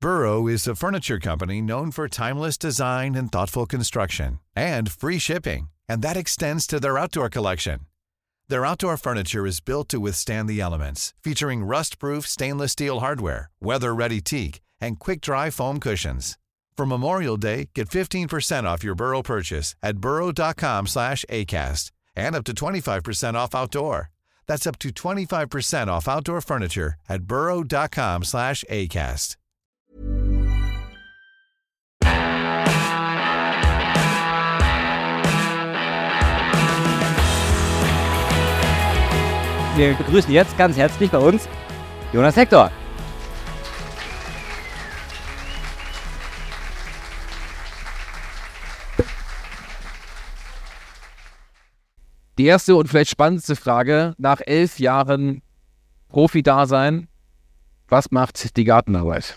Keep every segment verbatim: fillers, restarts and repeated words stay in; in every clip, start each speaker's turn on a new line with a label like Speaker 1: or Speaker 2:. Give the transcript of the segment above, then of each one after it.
Speaker 1: Burrow is a furniture company known for timeless design and thoughtful construction, and free shipping, and that extends to their outdoor collection. Their outdoor furniture is built to withstand the elements, featuring rust-proof stainless steel hardware, weather-ready teak, and quick-dry foam cushions. For Memorial Day, get fifteen percent off your Burrow purchase at burrow.com slash ACAST and up to twenty-five percent off outdoor. That's up to twenty-five percent off outdoor furniture at burrow.com slash ACAST.
Speaker 2: Wir begrüßen jetzt ganz herzlich bei uns Jonas Hector. Die erste und vielleicht spannendste Frage nach elf Jahren Profi-Dasein: Was macht die Gartenarbeit?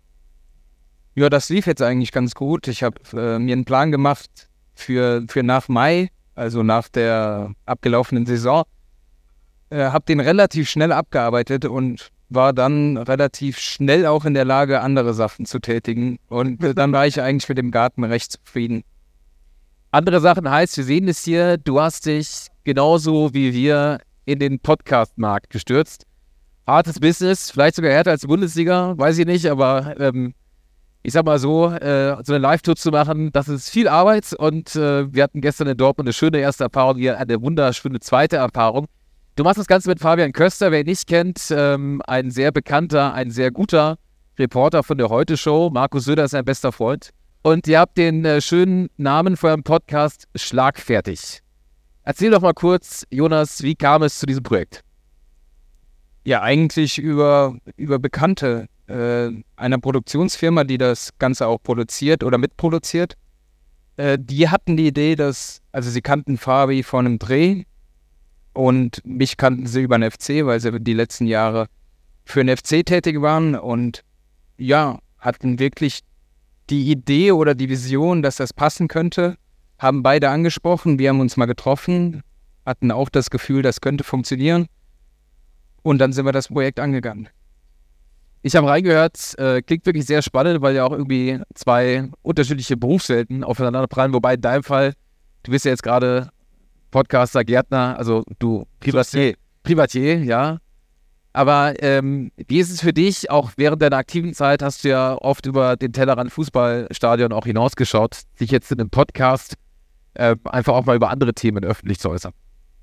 Speaker 2: Ja, das lief jetzt eigentlich ganz gut. Ich habe äh, mir einen Plan gemacht für, für nach Mai, also nach der abgelaufenen Saison. Äh, habe den relativ schnell abgearbeitet und war dann relativ schnell auch in der Lage, andere Sachen zu tätigen. Und äh, dann war ich eigentlich mit dem Garten recht zufrieden. Andere Sachen heißt, wir sehen es hier, du hast dich genauso wie wir in den Podcast-Markt gestürzt. Hartes Business, vielleicht sogar härter als die Bundesliga, weiß ich nicht, aber ähm, ich sag mal so, äh, so eine Live-Tour zu machen, das ist viel Arbeit und äh, wir hatten gestern in Dortmund eine schöne erste Erfahrung, hier eine wunderschöne zweite Erfahrung. Du machst das Ganze mit Fabian Köster, wer ihn nicht kennt, ähm, ein sehr bekannter, ein sehr guter Reporter von der Heute-Show. Markus Söder ist sein bester Freund. Und ihr habt den äh, schönen Namen für euren Podcast Schlagfertig. Erzähl doch mal kurz, Jonas, wie kam es zu diesem Projekt? Ja, eigentlich über, über Bekannte äh, einer Produktionsfirma, die das Ganze auch produziert oder mitproduziert. Äh, die hatten die Idee, dass, also sie kannten Fabi von einem Dreh und mich kannten sie über den F C, weil sie die letzten Jahre für den F C tätig waren und ja, hatten wirklich die Idee oder die Vision, dass das passen könnte, haben beide angesprochen, wir haben uns mal getroffen, hatten auch das Gefühl, das könnte funktionieren und dann sind wir das Projekt angegangen. Ich habe reingehört, äh, klingt wirklich sehr spannend, weil ja auch irgendwie zwei unterschiedliche Berufswelten aufeinander prallen, wobei in deinem Fall, du bist ja jetzt gerade Podcaster, Gärtner, also du Privatier, Privatier, ja. Aber ähm, wie ist es für dich, auch während deiner aktiven Zeit hast du ja oft über den Tellerrand Fußballstadion auch hinausgeschaut, sich jetzt in einem Podcast äh, einfach auch mal über andere Themen öffentlich zu äußern?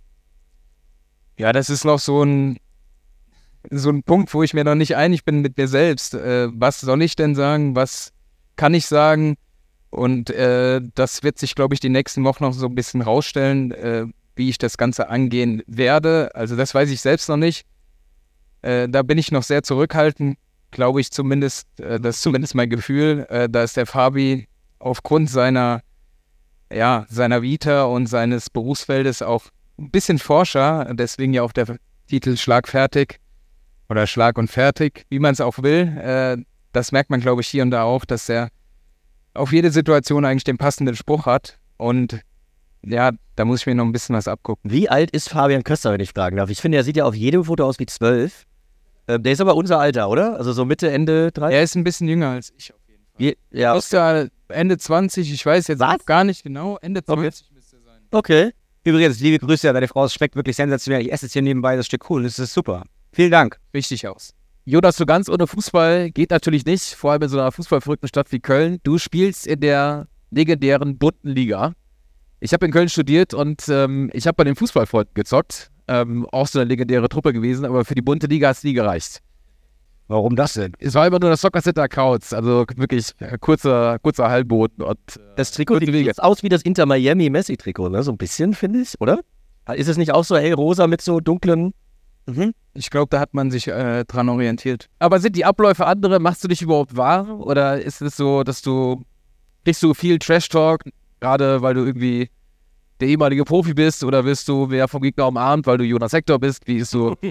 Speaker 2: Ja, das ist noch so ein, so ein Punkt, wo ich mir noch nicht einig bin mit mir selbst. Äh, was soll ich denn sagen? Was kann ich sagen? Und äh, das wird sich, glaube ich, die nächsten Wochen noch so ein bisschen rausstellen, äh, wie ich das Ganze angehen werde. Also das weiß ich selbst noch nicht. Äh, da bin ich noch sehr zurückhaltend, glaube ich zumindest. Äh, das ist zumindest mein Gefühl. Äh, da ist der Fabi aufgrund seiner, ja, seiner Vita und seines Berufsfeldes auch ein bisschen Forscher. Deswegen ja auch der Titel Schlagfertig oder Schlag und Fertig, wie man es auch will. Äh, das merkt man, glaube ich, hier und da auch, dass er auf jede Situation eigentlich den passenden Spruch hat. Und ja, da muss ich mir noch ein bisschen was abgucken.
Speaker 3: Wie alt ist Fabian Köster, wenn ich fragen darf? Ich finde, er sieht ja auf jedem Foto aus wie zwölf. Ähm, der ist aber unser Alter, oder? Also so Mitte, Ende dreißig?
Speaker 2: Er ist ein bisschen jünger als ich auf jeden Fall. Je, ja. Er ist ja Ende zwanzig, ich weiß jetzt was? Gar nicht genau. Ende zwanzig okay. Müsste er sein.
Speaker 3: Okay. Übrigens, liebe Grüße an deine Frau. Es schmeckt wirklich sensationell. Ich esse jetzt hier nebenbei das Stück Kuchen. Das ist super. Vielen Dank.
Speaker 2: Richtig aus. Jonas, so ganz ohne Fußball geht natürlich nicht, vor allem in so einer fußballverrückten Stadt wie Köln. Du spielst in der legendären bunten Liga. Ich habe in Köln studiert und ähm, ich habe bei den Fußballfreunden gezockt. Ähm, auch so eine legendäre Truppe gewesen, aber für die bunte Liga hat es nie gereicht.
Speaker 3: Warum das denn?
Speaker 2: Es war immer nur das Soccer Center Couch, also wirklich äh, kurzer, kurzer Halbboden. Und, äh,
Speaker 3: das Trikot sieht jetzt aus wie das Inter Miami Messi-Trikot, ne? So ein bisschen, finde ich, oder? Ist es nicht auch so hellrosa mit so dunklen...
Speaker 2: Mhm. Ich glaube, da hat man sich äh, dran orientiert. Aber sind die Abläufe andere? Machst du dich überhaupt wahr? Oder ist es so, dass du, kriegst du viel Trash-Talk, gerade weil du irgendwie der ehemalige Profi bist? Oder wirst du wer vom Gegner umarmt, weil du Jonas Hector bist? Wie ist so?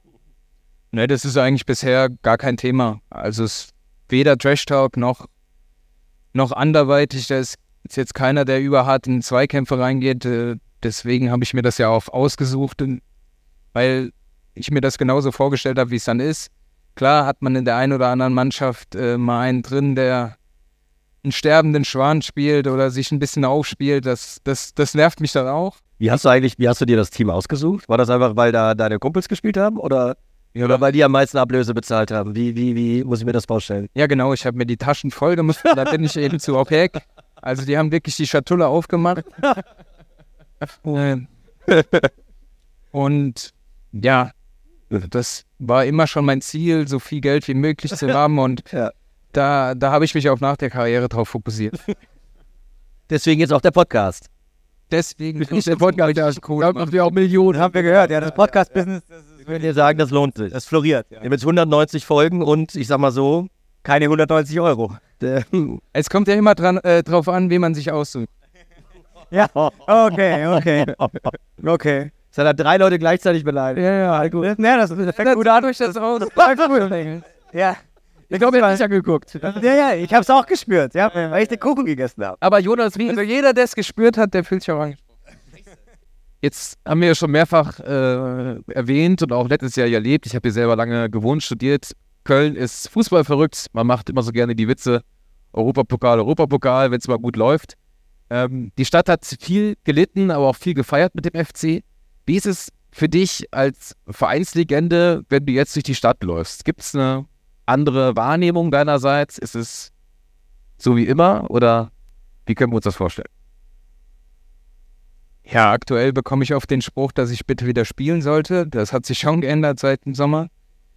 Speaker 2: Ne, das ist eigentlich bisher gar kein Thema. Also es ist weder Trash-Talk noch, noch anderweitig. Da ist jetzt keiner, der überhart in Zweikämpfe reingeht. Äh, deswegen habe ich mir das ja auch ausgesucht, weil ich mir das genauso vorgestellt habe, wie es dann ist.
Speaker 4: Klar hat man in der einen oder anderen Mannschaft äh, mal einen drin, der einen sterbenden Schwan spielt oder sich ein bisschen aufspielt. Das, das, das nervt mich dann auch.
Speaker 3: Wie hast du eigentlich, wie hast du dir das Team ausgesucht? War das einfach, weil da deine Kumpels gespielt haben oder, ja, oder weil die am meisten Ablöse bezahlt haben? Wie, wie, wie muss ich mir das vorstellen?
Speaker 4: Ja genau, ich habe mir die Taschen voll gemacht, da bin ich eben zu Objekt. Also die haben wirklich die Schatulle aufgemacht. Und ja, das war immer schon mein Ziel, so viel Geld wie möglich zu haben und
Speaker 3: Ja.
Speaker 4: da, da habe ich mich auch nach der Karriere drauf fokussiert.
Speaker 3: Deswegen jetzt auch der Podcast.
Speaker 4: Deswegen ist der Podcast ja cool.
Speaker 2: Da macht ihr auch Millionen.
Speaker 5: Haben wir gehört, ja, das Podcast-Business, das ist
Speaker 3: Ich würde dir sagen, das lohnt sich.
Speaker 5: das floriert.
Speaker 3: Wir haben jetzt hundertneunzig Folgen und ich sag mal so,
Speaker 5: Keine hundertneunzig Euro.
Speaker 3: der,
Speaker 4: Es kommt ja immer dran, äh, drauf an, wie man sich aussucht.
Speaker 5: Ja, okay, okay. Okay.
Speaker 3: es hat er drei Leute gleichzeitig beleidigt.
Speaker 4: Ja, ja, gut.
Speaker 5: Ja, das, das fängt gut an.
Speaker 4: Dadurch, dass auch das
Speaker 5: Ja.
Speaker 3: Ich glaube, er hat sicher geguckt.
Speaker 5: Ja, ja, ich hab's auch gespürt, ja, weil ich den Kuchen gegessen habe.
Speaker 2: Aber Jonas, wie
Speaker 4: Also jeder, der es gespürt hat, der fühlt sich auch angesprochen.
Speaker 2: Jetzt haben wir ja schon mehrfach äh, erwähnt und auch letztes Jahr erlebt. Ich habe hier selber lange gewohnt, studiert. Köln ist Fußball verrückt. Man macht immer so gerne die Witze. Europapokal, Europapokal, wenn es mal gut läuft. Ähm, die Stadt hat viel gelitten, aber auch viel gefeiert mit dem F C. Wie ist es für dich als Vereinslegende, wenn du jetzt durch die Stadt läufst? Gibt es eine andere Wahrnehmung deinerseits? Ist es so wie immer oder wie können wir uns das vorstellen?
Speaker 4: Ja, aktuell bekomme ich oft den Spruch, dass ich bitte wieder spielen sollte. Das hat sich schon geändert seit dem Sommer.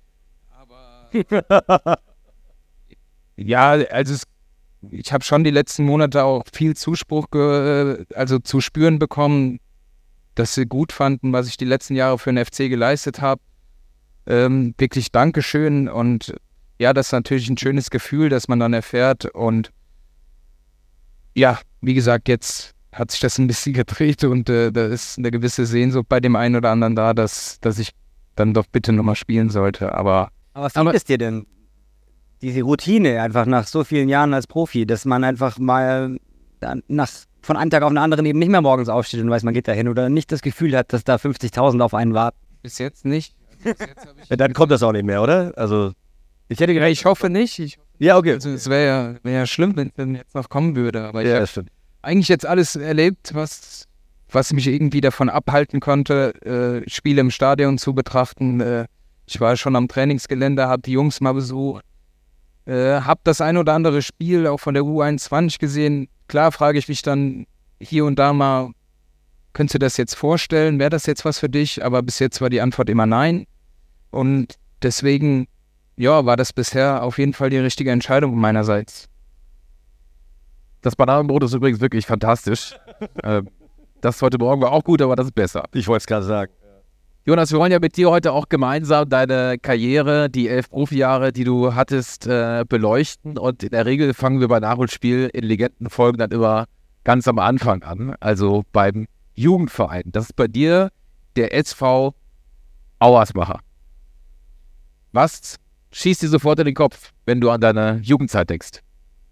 Speaker 4: Aber ja, also es, ich habe schon die letzten Monate auch viel Zuspruch, ge, also zu spüren bekommen, dass sie gut fanden, was ich die letzten Jahre für den F C geleistet habe. Ähm, wirklich Dankeschön und ja, das ist natürlich ein schönes Gefühl, das man dann erfährt und ja, wie gesagt, jetzt hat sich das ein bisschen gedreht und äh, da ist eine gewisse Sehnsucht bei dem einen oder anderen da, dass, dass ich dann doch bitte nochmal spielen sollte, aber
Speaker 5: Aber was fehlt es dir denn? Diese Routine einfach nach so vielen Jahren als Profi, dass man einfach mal dann nach, von einem Tag auf den anderen eben nicht mehr morgens aufsteht und weiß, man geht da hin oder nicht das Gefühl hat, dass da fünfzigtausend auf einen warten.
Speaker 4: bis jetzt nicht. Bis jetzt hab ich
Speaker 3: Ja, dann kommt das auch nicht mehr, oder? Also, ich hätte
Speaker 4: ja,
Speaker 3: gedacht,
Speaker 4: ich hoffe nicht. Ich,
Speaker 3: ja, okay.
Speaker 4: also es wäre ja, wär ja schlimm, wenn es dann jetzt noch kommen würde, aber ich
Speaker 3: Ja,
Speaker 4: habe
Speaker 3: das stimmt.
Speaker 4: eigentlich jetzt alles erlebt, was, was mich irgendwie davon abhalten konnte, äh, Spiele im Stadion zu betrachten. Äh, ich war schon am Trainingsgelände, habe die Jungs mal besucht, äh, habe das ein oder andere Spiel auch von der U einundzwanzig gesehen. Klar frage ich mich dann hier und da mal, könntest du das jetzt vorstellen? Wäre das jetzt was für dich? Aber bis jetzt war die Antwort immer nein. Und deswegen, ja, war das bisher auf jeden Fall die richtige Entscheidung meinerseits.
Speaker 2: Das Bananenbrot ist übrigens wirklich fantastisch. ähm, das heute Morgen war auch gut, aber das ist besser.
Speaker 3: Ich wollte es gerade sagen.
Speaker 2: Jonas, wir wollen ja mit dir heute auch gemeinsam deine Karriere, die elf Profijahre, die du hattest, äh, beleuchten. Und in der Regel fangen wir bei Nachholspiel in Legendenfolgen dann immer ganz am Anfang an, also beim Jugendverein. Das ist bei dir der S V Auersmacher. Was schießt dir sofort in den Kopf, wenn du an deine Jugendzeit denkst?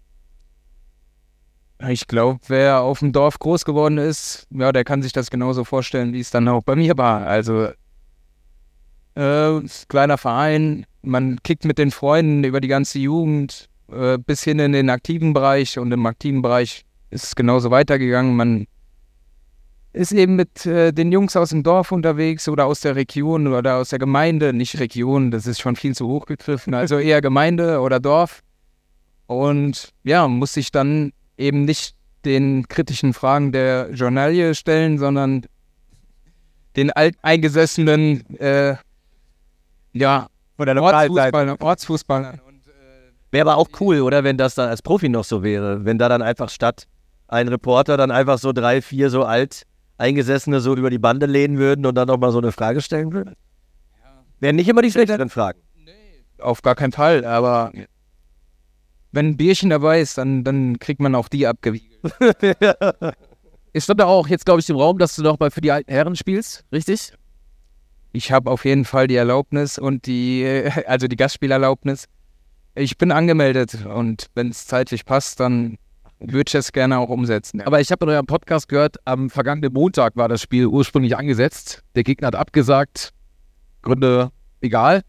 Speaker 4: Ich glaube, wer auf dem Dorf groß geworden ist, ja, der kann sich das genauso vorstellen, wie es dann auch bei mir war. Also, äh, kleiner Verein, man kickt mit den Freunden über die ganze Jugend äh, bis hin in den aktiven Bereich und im aktiven Bereich ist es genauso weitergegangen. Man ist eben mit äh, den Jungs aus dem Dorf unterwegs oder aus der Region oder aus der Gemeinde, nicht Region, das ist schon viel zu hoch gegriffen, also eher Gemeinde oder Dorf. Und ja, muss sich dann eben nicht den kritischen Fragen der Journalie stellen, sondern den alteingesessenen äh, ja,
Speaker 5: Von der
Speaker 4: Ortsfußballern. Ortsfußballern. Und, äh,
Speaker 3: Wäre aber auch cool, oder? Wenn das dann als Profi noch so wäre. Wenn da dann einfach statt ein Reporter dann einfach so drei, vier so alt Eingesessene so über die Bande lehnen würden und dann nochmal so eine Frage stellen würden. Wären nicht immer die schlechteren Fragen.
Speaker 4: auf gar keinen Fall, aber wenn ein Bierchen dabei ist, dann, dann kriegt man auch die abgewiegelt.
Speaker 2: Es stand da auch jetzt, glaube ich, im Raum, dass du noch mal für die alten Herren spielst, richtig?
Speaker 4: Ich habe auf jeden Fall die Erlaubnis und die, äh, also die Gastspielerlaubnis. Ich bin angemeldet und wenn es zeitlich passt, dann würde ich das gerne auch umsetzen. Ja.
Speaker 2: Aber ich habe in eurem Podcast gehört, am vergangenen Montag war das Spiel ursprünglich angesetzt. Der Gegner hat abgesagt, Gründe egal.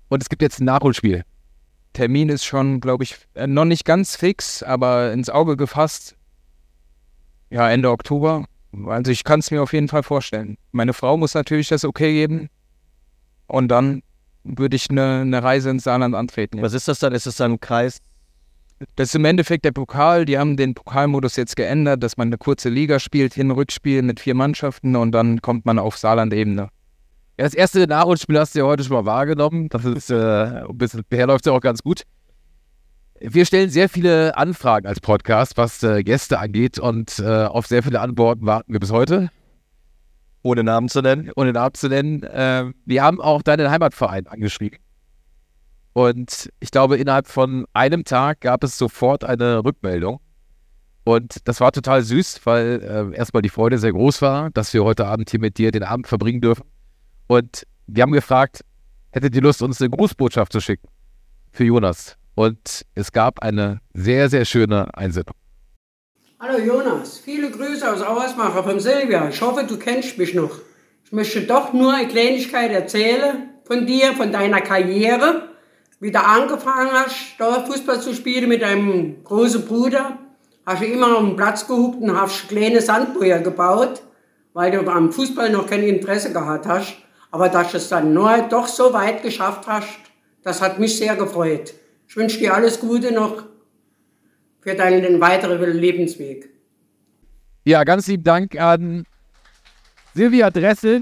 Speaker 2: und es gibt jetzt ein Nachholspiel.
Speaker 4: Termin ist schon, glaube ich, äh, noch nicht ganz fix, aber ins Auge gefasst. Ja, Ende Oktober. Also ich kann es mir auf jeden Fall vorstellen. Meine Frau muss natürlich das okay geben und dann würde ich eine ne Reise ins Saarland antreten.
Speaker 3: Was ist das dann? Ist das dann ein Kreis?
Speaker 4: Das ist im Endeffekt der Pokal. Die haben den Pokalmodus jetzt geändert, dass man eine kurze Liga spielt, Hin-Rückspiel mit vier Mannschaften und dann kommt man auf Saarland-Ebene.
Speaker 2: Ja, das erste Nachholspiel hast du ja heute schon mal wahrgenommen. Das ist, äh, bisher läuft es ja auch ganz gut. Wir stellen sehr viele Anfragen als Podcast, was äh, Gäste angeht und äh, auf sehr viele Antworten warten wir bis heute.
Speaker 3: Ohne Namen zu nennen.
Speaker 2: Ohne Namen zu nennen. Äh, wir haben auch deinen Heimatverein angeschrieben. Und ich glaube, innerhalb von einem Tag gab es sofort eine Rückmeldung. Und das war total süß, weil äh, erstmal die Freude sehr groß war, dass wir heute Abend hier mit dir den Abend verbringen dürfen. Und wir haben gefragt, hättet ihr Lust, uns eine Grußbotschaft zu schicken für Jonas? Und es gab eine sehr, sehr schöne Einsendung.
Speaker 6: Hallo Jonas, viele Grüße aus Auersmacher von Silvia. Ich hoffe, du kennst mich noch. Ich möchte doch nur eine Kleinigkeit erzählen von dir, von deiner Karriere. Wie du angefangen hast, da Fußball zu spielen mit deinem großen Bruder, hast du immer auf dem Platz gehuckt und hast kleine Sandbrühe gebaut, weil du am Fußball noch kein Interesse gehabt hast. Aber dass du es dann nur doch so weit geschafft hast, das hat mich sehr gefreut. Ich wünsche dir alles Gute noch für deinen weiteren Lebensweg.
Speaker 2: Ja, ganz lieben Dank an Silvia Dressel.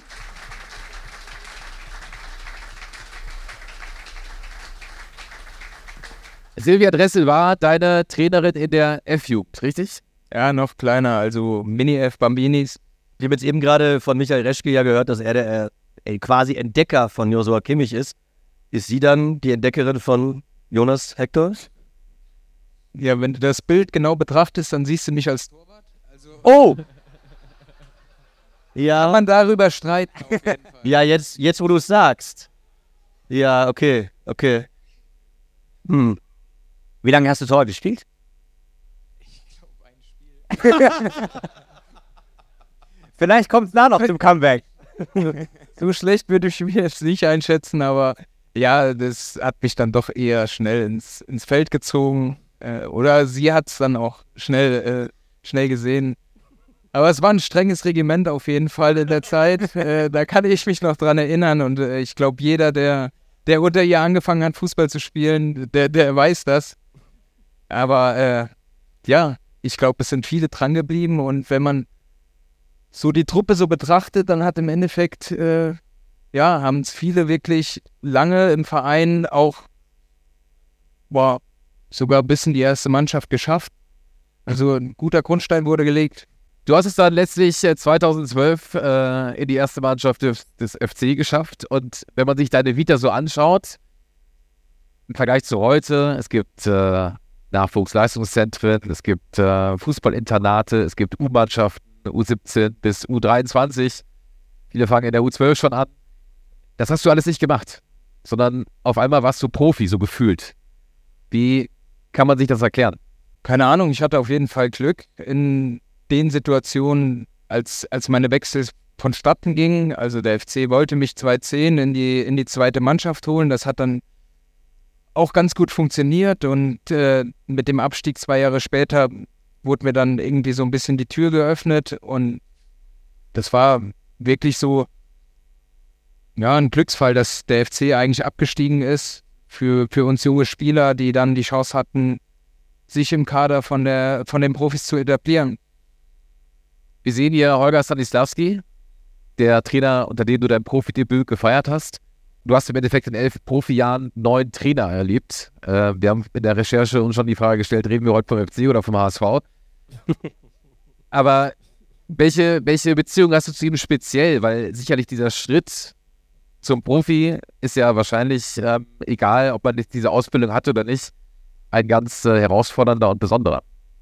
Speaker 2: Silvia Dressel war deine Trainerin in der F-Jugend, richtig?
Speaker 4: Ja, noch kleiner, also Mini-F-Bambinis.
Speaker 3: Wir haben jetzt eben gerade von Michael Reschke ja gehört, dass er der äh, quasi Entdecker von Joshua Kimmich ist. Ist sie dann die Entdeckerin von Jonas Hector?
Speaker 4: Ja, wenn du das Bild genau betrachtest, dann siehst du mich als Torwart. Also
Speaker 3: Oh!
Speaker 4: kann
Speaker 3: Ja,
Speaker 4: man darüber streiten auf jeden Fall.
Speaker 3: ja jetzt, jetzt wo du es sagst. Ja, okay, okay. Hm.
Speaker 5: Wie lange hast du Tor gespielt? Vielleicht kommt es da noch zum Comeback.
Speaker 4: So schlecht würde ich mich jetzt nicht einschätzen, aber ja, das hat mich dann doch eher schnell ins, ins Feld gezogen. Äh, oder sie hat es dann auch schnell, äh, schnell gesehen. Aber es war ein strenges Regiment auf jeden Fall in der Zeit. Äh, da kann ich mich noch dran erinnern. Und äh, ich glaube, jeder, der, der unter ihr angefangen hat, Fußball zu spielen, der, der weiß das. Aber äh, ja, ich glaube, es sind viele dran geblieben. Und wenn man so die Truppe so betrachtet, dann hat im Endeffekt, äh, ja, haben es viele wirklich lange im Verein auch, boah, sogar bis in die erste Mannschaft geschafft. Also ein guter Grundstein wurde gelegt.
Speaker 2: Du hast es dann letztlich äh, zweitausendzwölf äh, in die erste Mannschaft des, des F C geschafft. Und wenn man sich deine Vita so anschaut, im Vergleich zu heute, es gibt äh, Nachwuchsleistungszentren, es gibt äh, Fußballinternate, es gibt U-Mannschaften, U siebzehn bis U dreiundzwanzig. Viele fangen in der U zwölf schon an. Das hast du alles nicht gemacht, sondern auf einmal warst du Profi, so gefühlt. Wie kann man sich das erklären?
Speaker 4: Keine Ahnung, ich hatte auf jeden Fall Glück in den Situationen, als, als meine Wechsel vonstatten gingen. Also der F C wollte mich zweitausendzehn in die, in die zweite Mannschaft holen. Das hat dann auch ganz gut funktioniert und äh, mit dem Abstieg zwei Jahre später wurde mir dann irgendwie so ein bisschen die Tür geöffnet und das war wirklich so, ja, ein Glücksfall, dass der F C eigentlich abgestiegen ist für, für uns junge Spieler, die dann die Chance hatten, sich im Kader von, der, von den Profis zu etablieren.
Speaker 2: Wir sehen hier Holger Stanislavski, der Trainer, unter dem du dein Profidebüt gefeiert hast. Du hast im Endeffekt in elf Profijahren neun Trainer erlebt. Äh, wir haben in der Recherche uns schon die Frage gestellt, reden wir heute vom F C oder vom H S V? Aber welche, welche Beziehung hast du zu ihm speziell? Weil sicherlich dieser Schritt zum Profi ist ja wahrscheinlich, äh, egal ob man diese Ausbildung hatte oder nicht, ein ganz äh, herausfordernder und besonderer.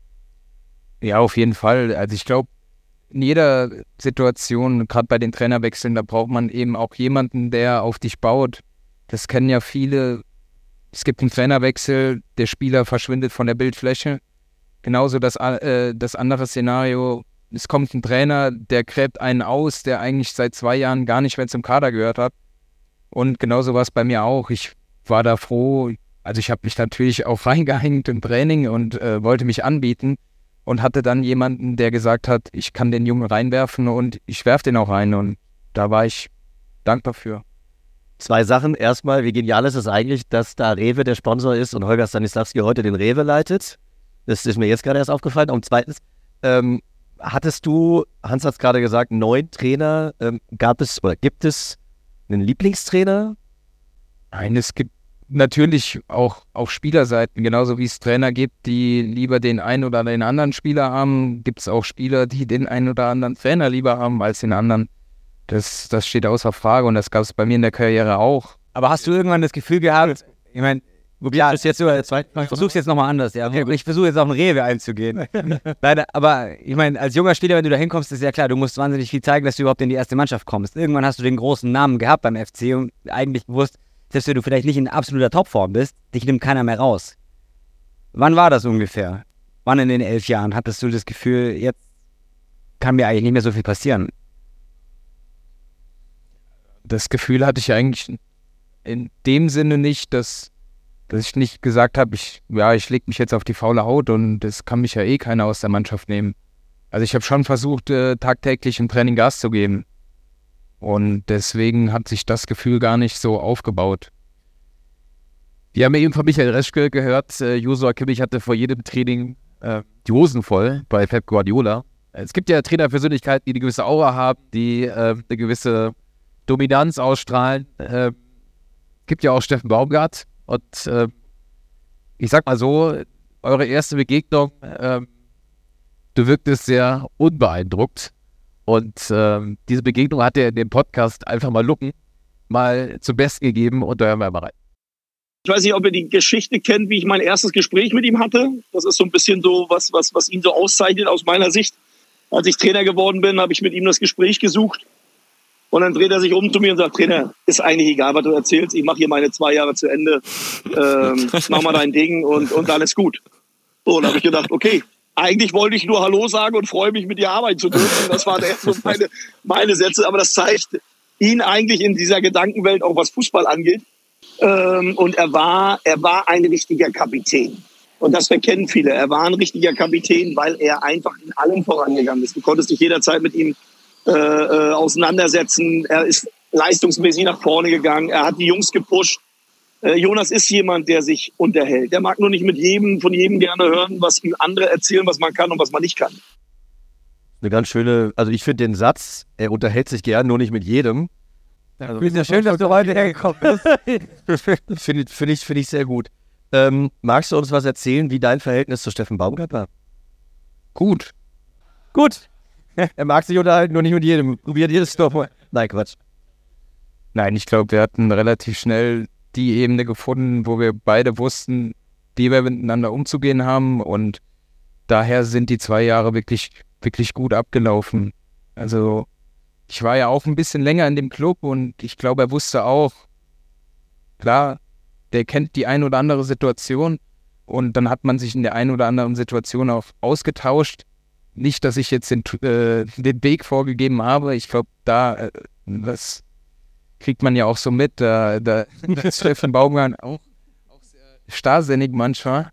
Speaker 4: Ja, auf jeden Fall. Also ich glaube, in jeder Situation, gerade bei den Trainerwechseln, da braucht man eben auch jemanden, der auf dich baut. Das kennen ja viele. Es gibt einen Trainerwechsel, der Spieler verschwindet von der Bildfläche. Genauso das, äh, das andere Szenario, es kommt ein Trainer, der gräbt einen aus, der eigentlich seit zwei Jahren gar nicht mehr zum Kader gehört hat. Und genauso war es bei mir auch. Ich war da froh. Also ich habe mich natürlich auch reingehängt im Training und äh, wollte mich anbieten und hatte dann jemanden, der gesagt hat, ich kann den Jungen reinwerfen und ich werfe den auch rein und da war ich dankbar für.
Speaker 3: Zwei Sachen. Erstmal, wie genial ist es eigentlich, dass da Rewe der Sponsor ist und Holger Stanislavski heute den Rewe leitet. Das ist mir jetzt gerade erst aufgefallen. Und zweitens, ähm, hattest du, Hans hat es gerade gesagt, neun Trainer. Ähm, gab es oder gibt es einen Lieblingstrainer?
Speaker 4: Nein, es gibt natürlich auch auf Spielerseiten, genauso wie es Trainer gibt, die lieber den einen oder den anderen Spieler haben, gibt es auch Spieler, die den einen oder anderen Trainer lieber haben als den anderen. Das, das steht außer Frage und das gab es bei mir in der Karriere auch.
Speaker 5: Aber hast du irgendwann das Gefühl gehabt, ich meine, ja,
Speaker 3: Das ist jetzt so der zweite.
Speaker 5: ich versuch's jetzt nochmal anders, ja. Ich versuche jetzt auf den Rewe einzugehen. Leider, aber ich meine, als junger Spieler, wenn du da hinkommst, ist ja klar, du musst wahnsinnig viel zeigen, dass du überhaupt in die erste Mannschaft kommst. Irgendwann hast du den großen Namen gehabt beim F C und eigentlich bewusst, selbst wenn du vielleicht nicht in absoluter Topform bist, dich nimmt keiner mehr raus. Wann war das ungefähr? Wann in den elf Jahren hattest du das Gefühl, jetzt kann mir eigentlich nicht mehr so viel passieren?
Speaker 4: Das Gefühl hatte ich eigentlich in dem Sinne nicht, dass, dass ich nicht gesagt habe, ich, ja, ich lege mich jetzt auf die faule Haut und es kann mich ja eh keiner aus der Mannschaft nehmen. Also ich habe schon versucht, äh, tagtäglich im Training Gas zu geben. Und deswegen hat sich das Gefühl gar nicht so aufgebaut. Wir haben ja eben von Michael Reschke gehört, äh, Joshua Kimmich hatte vor jedem Training äh, die Hosen voll bei Pep Guardiola. Es gibt ja Trainerpersönlichkeiten, die eine gewisse Aura haben, die äh, eine gewisse Dominanz ausstrahlen. Äh, gibt ja auch Steffen Baumgart. Und äh, ich sag mal so, eure erste Begegnung, äh, du wirktest sehr unbeeindruckt. Und ähm, diese Begegnung hat er in dem Podcast einfach mal Lucken mal zum Besten gegeben und da hören wir mal rein.
Speaker 7: Ich weiß nicht, ob ihr die Geschichte kennt, wie ich mein erstes Gespräch mit ihm hatte. Das ist so ein bisschen so was, was, was ihn so auszeichnet aus meiner Sicht. Als ich Trainer geworden bin, habe ich mit ihm das Gespräch gesucht. Und dann dreht er sich um zu mir und sagt, Trainer, ist eigentlich egal, was du erzählst. Ich mache hier meine zwei Jahre zu Ende. Ähm, mach mal dein Ding und, und alles gut. So, und da habe ich gedacht, okay. Eigentlich wollte ich nur Hallo sagen und freue mich, mit dir arbeiten zu dürfen. Das waren erst so meine, meine Sätze. Aber das zeigt ihn eigentlich in dieser Gedankenwelt, auch was Fußball angeht. Ähm, und er war, er war ein richtiger Kapitän. Und das verkennen viele. Er war ein richtiger Kapitän, weil er einfach in allem vorangegangen ist. Du konntest dich jederzeit mit ihm äh, äh, auseinandersetzen. Er ist leistungsmäßig nach vorne gegangen. Er hat die Jungs gepusht. Jonas ist jemand, der sich unterhält. Der mag nur nicht mit jedem, von jedem gerne hören, was ihm andere erzählen, was man kann und was man nicht kann.
Speaker 3: Eine ganz schöne, also ich finde den Satz, er unterhält sich gern, nur nicht mit jedem.
Speaker 5: Also, ich finde es ja schön, dass du heute hergekommen bist.
Speaker 3: Finde find ich, find ich sehr gut. Ähm, magst du uns was erzählen, wie dein Verhältnis zu Steffen Baumgart war?
Speaker 4: Gut.
Speaker 3: Gut. Er mag sich unterhalten, nur nicht mit jedem. Probiert ihr das doch mal. Nein, Quatsch.
Speaker 4: Nein, ich glaube, wir hatten relativ schnell die Ebene gefunden, wo wir beide wussten, wie wir miteinander umzugehen haben und daher sind die zwei Jahre wirklich, wirklich gut abgelaufen. Also ich war ja auch ein bisschen länger in dem Club und ich glaube, er wusste auch, klar, der kennt die ein oder andere Situation und dann hat man sich in der einen oder anderen Situation auch ausgetauscht. Nicht, dass ich jetzt den, äh, den Weg vorgegeben habe, ich glaube, da, äh, das kriegt man ja auch so mit, da, da ist Steffen Baumgart auch, auch sehr starrsinnig manchmal.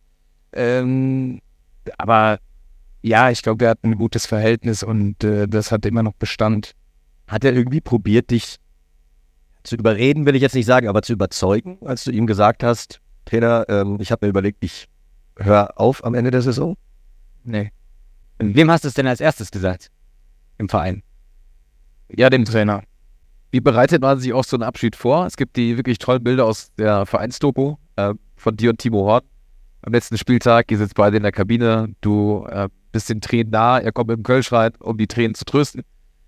Speaker 4: Ähm, aber ja, ich glaube, er hat ein gutes Verhältnis und äh, das hat immer noch Bestand.
Speaker 3: Hat er irgendwie probiert, dich zu überreden, will ich jetzt nicht sagen, aber zu überzeugen, als du ihm gesagt hast, Trainer, ähm, ich habe mir überlegt, ich höre auf am Ende der Saison?
Speaker 4: Nee.
Speaker 5: Wem hast du es denn als erstes gesagt im Verein?
Speaker 4: Ja, dem Trainer.
Speaker 2: Wie bereitet man sich auch so einen Abschied vor? Es gibt die wirklich tollen Bilder aus der Vereinsdoku äh, von dir und Timo Horn. Am letzten Spieltag, ihr sitzt beide in der Kabine, du äh, bist den Tränen nah, er kommt mit dem Kölsch rein, um die Tränen zu trösten.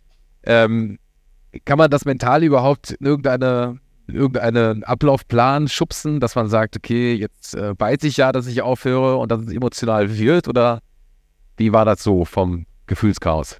Speaker 2: Ähm, kann man das mental überhaupt in irgendeine, irgendeinen Ablaufplan schubsen, dass man sagt, okay, jetzt äh, weiß ich ja, dass ich aufhöre und dass es emotional wird? Oder wie war das so vom Gefühlschaos?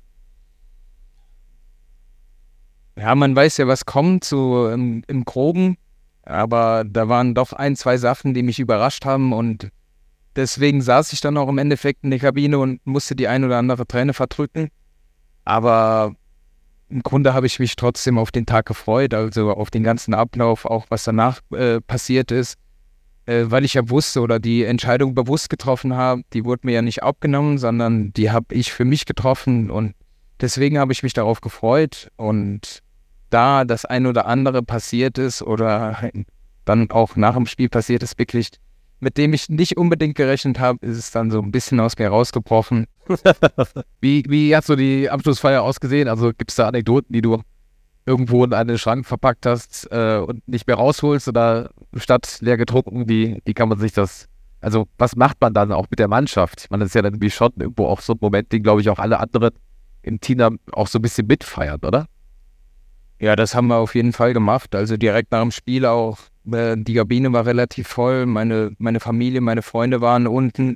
Speaker 4: Ja, man weiß ja, was kommt, so im, im Groben, aber da waren doch ein, zwei Sachen, die mich überrascht haben und deswegen saß ich dann auch im Endeffekt in der Kabine und musste die ein oder andere Träne verdrücken. Aber im Grunde habe ich mich trotzdem auf den Tag gefreut, also auf den ganzen Ablauf, auch was danach äh, passiert ist, äh, weil ich ja wusste oder die Entscheidung bewusst getroffen habe, die wurde mir ja nicht abgenommen, sondern die habe ich für mich getroffen und deswegen habe ich mich darauf gefreut und da das ein oder andere passiert ist oder dann auch nach dem Spiel passiert ist, wirklich, mit dem ich nicht unbedingt gerechnet habe, ist es dann so ein bisschen aus mir rausgebrochen.
Speaker 2: Wie, wie hat so die Abschlussfeier ausgesehen? Also gibt es da Anekdoten, die du irgendwo in einen Schrank verpackt hast äh, und nicht mehr rausholst oder statt leer getrunken? Wie, wie kann man sich das, also was macht man dann auch mit der Mannschaft? Ich meine, das ist ja dann wie schon irgendwo auch so ein Moment, den, glaube ich, auch alle anderen im Team auch so ein bisschen mitfeiern, oder?
Speaker 4: Ja, das haben wir auf jeden Fall gemacht. Also direkt nach dem Spiel auch. Äh, die Kabine war relativ voll. Meine, meine Familie, meine Freunde waren unten.